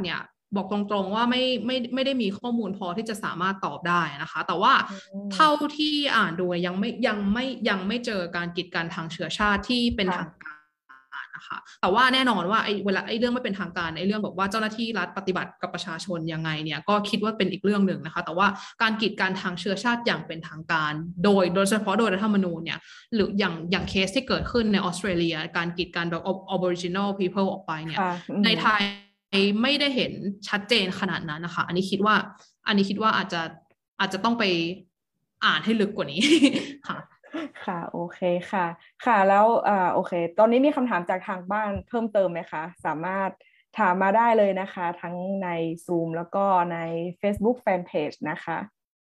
บอกตรงๆว่าไม่ได้มีข้อมูลพอที่จะสามารถตอบได้นะคะแต่ว่าเท่าที่อ่านดูยังไม่เจอการกีดกันทางเชื้อชาติที่เป็นทางการนะคะแต่ว่าแน่นอนว่าเวลาเรื่องไม่เป็นทางการเรื่องแบบว่าเจ้าหน้าที่รัฐปฏิบัติกับประชาชนยังไงเนี่ยก็คิดว่าเป็นอีกเรื่องหนึ่งนะคะแต่ว่าการกีดกันทางเชื้อชาติอย่างเป็นทางการโดยเฉพาะโดยรัฐธรรมนูญเนี่ยหรืออย่างเคสที่เกิดขึ้นในออสเตรเลียการกีดกันแบบ Aboriginal people ออกไปเนี่ยในไทยไม่ได้เห็นชัดเจนขนาดนั้นนะคะอันนี้คิดว่าอาจจะต้องไปอ่านให้ลึกกว่านี้ ค่ะค่ะโอเคค่ะค่ะแล้วโอเคตอนนี้มีคำถามจากทางบ้านเพิ่มเติมไหมคะสามารถถามมาได้เลยนะคะทั้งใน Zoom แล้วก็ใน Facebook Fanpage นะคะ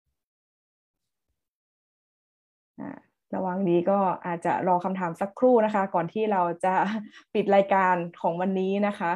ระหว่างนี้ก็อาจจะรอคำถามสักครู่นะคะก่อนที่เราจะปิดรายการของวันนี้นะคะ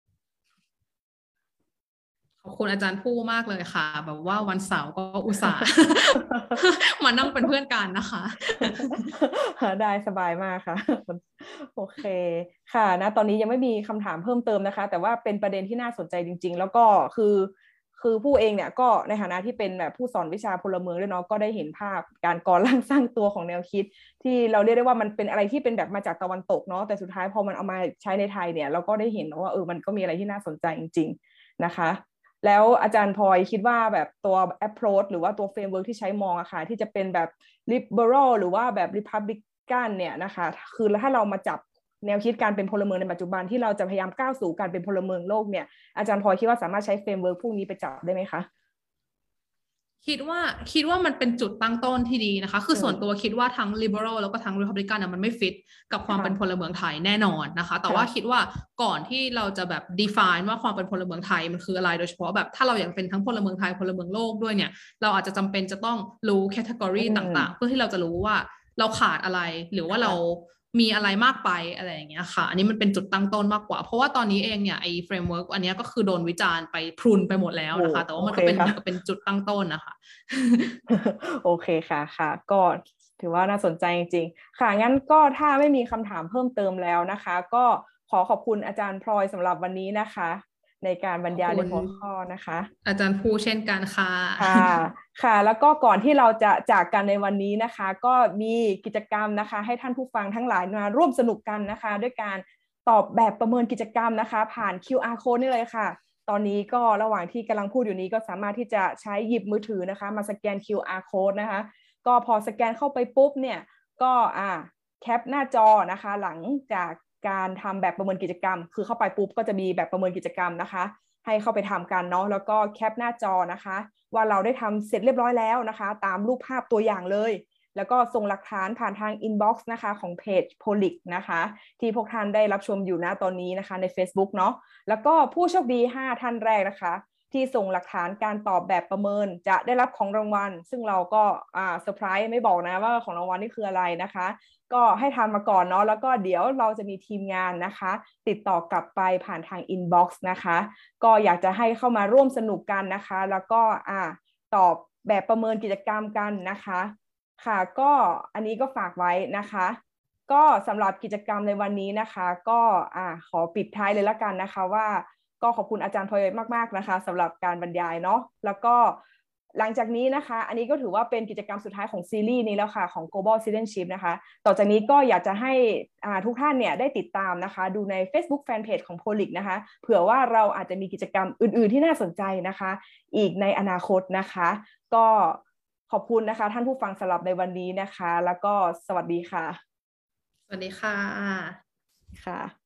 ขอบคุณอาจารย์ผู้มากเลยค่ะแบบว่าวันเสาร์ก็อุตส่าห์ มานั่งเป็นเพื่อนกันนะคะได้สบายมากค่ะโอเคค่ะนะตอนนี้ยังไม่มีคำถามเพิ่มเติมนะคะแต่ว่าเป็นประเด็นที่น่าสนใจจริงๆแล้วก็คือผู้เองเนี่ยก็ในฐานะที่เป็นแบบผู้สอนวิชาพลเมืองด้วยเนาะก็ได้เห็นภาพการก่อร่างสร้างตัวของแนวคิดที่เราเรียกได้ว่ามันเป็นอะไรที่เป็นแบบมาจากตะวันตกเนาะแต่สุดท้ายพอมันเอามาใช้ในไทยเนี่ยเราก็ได้เห็นว่ามันก็มีอะไรที่น่าสนใจจริงๆนะคะแล้วอาจารย์พลอยคิดว่าแบบตัว approach หรือว่าตัว framework ที่ใช้มองอะค่ะที่จะเป็นแบบ liberal หรือว่าแบบ republican เนี่ยนะคะคือถ้าเรามาจับแนวคิดการเป็นพลเมืองในปัจจุบันที่เราจะพยายามก้าวสู่การเป็นพลเมืองโลกเนี่ยอาจารย์พลอยคิดว่าสามารถใช้ framework พวกนี้ไปจับได้ไหมคะคิดว่ามันเป็นจุดตั้งต้นที่ดีนะคะคือส่วนตัวคิดว่าทั้ง liberal แล้วก็ทั้ง republican มันไม่ฟิตกับความเป็นพลเมืองไทยแน่นอนนะคะแต่ว่าคิดว่าก่อนที่เราจะแบบ define ว่าความเป็นพลเมืองไทยมันคืออะไรโดยเฉพาะแบบถ้าเราอยากเป็นทั้งพลเมืองไทยพลเมืองโลกด้วยเนี่ยเราอาจจะจำเป็นจะต้องรู้ category ต่างๆเพื่อที่เราจะรู้ว่าเราขาดอะไรหรือว่าเรามีอะไรมากไปอะไรอย่างเงี้ยค่ะอันนี้มันเป็นจุดตั้งต้นมากกว่าเพราะว่าตอนนี้เองเนี่ยไอ้ framework อันนี้ก็คือโดนวิจารณ์ไปพรุนไปหมดแล้วนะคะแต่ว่ามันก็เป็นจุดตั้งต้นนะคะโอเคค่ะค่ะก็ถือว่าน่าสนใจจริงๆค่ะงั้นก็ถ้าไม่มีคำถามเพิ่มเติมแล้วนะคะก็ขอบคุณอาจารย์พลอยสำหรับวันนี้นะคะในการบรรยายในหัวข้อนะคะอาจารย์ภูเช่นกันค่ะค่ะแล้วก็ก่อนที่เราจะจากกันในวันนี้นะคะก็มีกิจกรรมนะคะให้ท่านผู้ฟังทั้งหลายมาร่วมสนุกกันนะคะด้วยการตอบแบบประเมินกิจกรรมนะคะผ่าน QR code นี่เลยค่ะตอนนี้ก็ระหว่างที่กำลังพูดอยู่นี้ก็สามารถที่จะใช้หยิบมือถือนะคะมาสแกน QR code นะคะก็พอสแกนเข้าไปปุ๊บเนี่ยก็แคปหน้าจอนะคะหลังจากการทำแบบประเมินกิจกรรมคือเข้าไปปุ๊บก็จะมีแบบประเมินกิจกรรมนะคะให้เข้าไปทำกันเนาะแล้วก็แคปหน้าจอนะคะว่าเราได้ทำเสร็จเรียบร้อยแล้วนะคะตามรูปภาพตัวอย่างเลยแล้วก็ส่งหลักฐานผ่านทาง inbox นะคะของเพจ Polic นะคะที่พวกท่านได้รับชมอยู่นะตอนนี้นะคะใน Facebook เนาะแล้วก็ผู้โชคดี5ท่านแรกนะคะที่ส่งหลักฐานการตอบแบบประเมินจะได้รับของรางวัลซึ่งเราก็เซอร์ไพรส์ไม่บอกนะว่าของรางวัลนี่คืออะไรนะคะก็ให้ทำมาก่อนเนาะแล้วก็เดี๋ยวเราจะมีทีมงานนะคะติดต่อกลับไปผ่านทาง inbox นะคะก็อยากจะให้เข้ามาร่วมสนุกกันนะคะแล้วก็ตอบแบบประเมินกิจกรรมกันนะคะค่ะก็อันนี้ก็ฝากไว้นะคะก็สำหรับกิจกรรมในวันนี้นะคะก็ขอปิดท้ายเลยละกันนะคะว่าก็ขอบคุณอาจารย์พลอยมากๆนะคะสำหรับการบรรยายเนาะแล้วก็หลังจากนี้นะคะอันนี้ก็ถือว่าเป็นกิจกรรมสุดท้ายของซีรีส์นี้แล้วค่ะของ Global Citizenship นะคะต่อจากนี้ก็อยากจะให้ทุกท่านเนี่ยได้ติดตามนะคะดูใน Facebook Fanpage ของ Polic นะคะเผื่อว่าเราอาจจะมีกิจกรรมอื่นๆที่น่าสนใจนะคะอีกในอนาคตนะคะก็ขอบคุณนะคะท่านผู้ฟังสำหรับในวันนี้นะคะแล้วก็สวัสดีค่ะสวัสดีค่ะค่ะ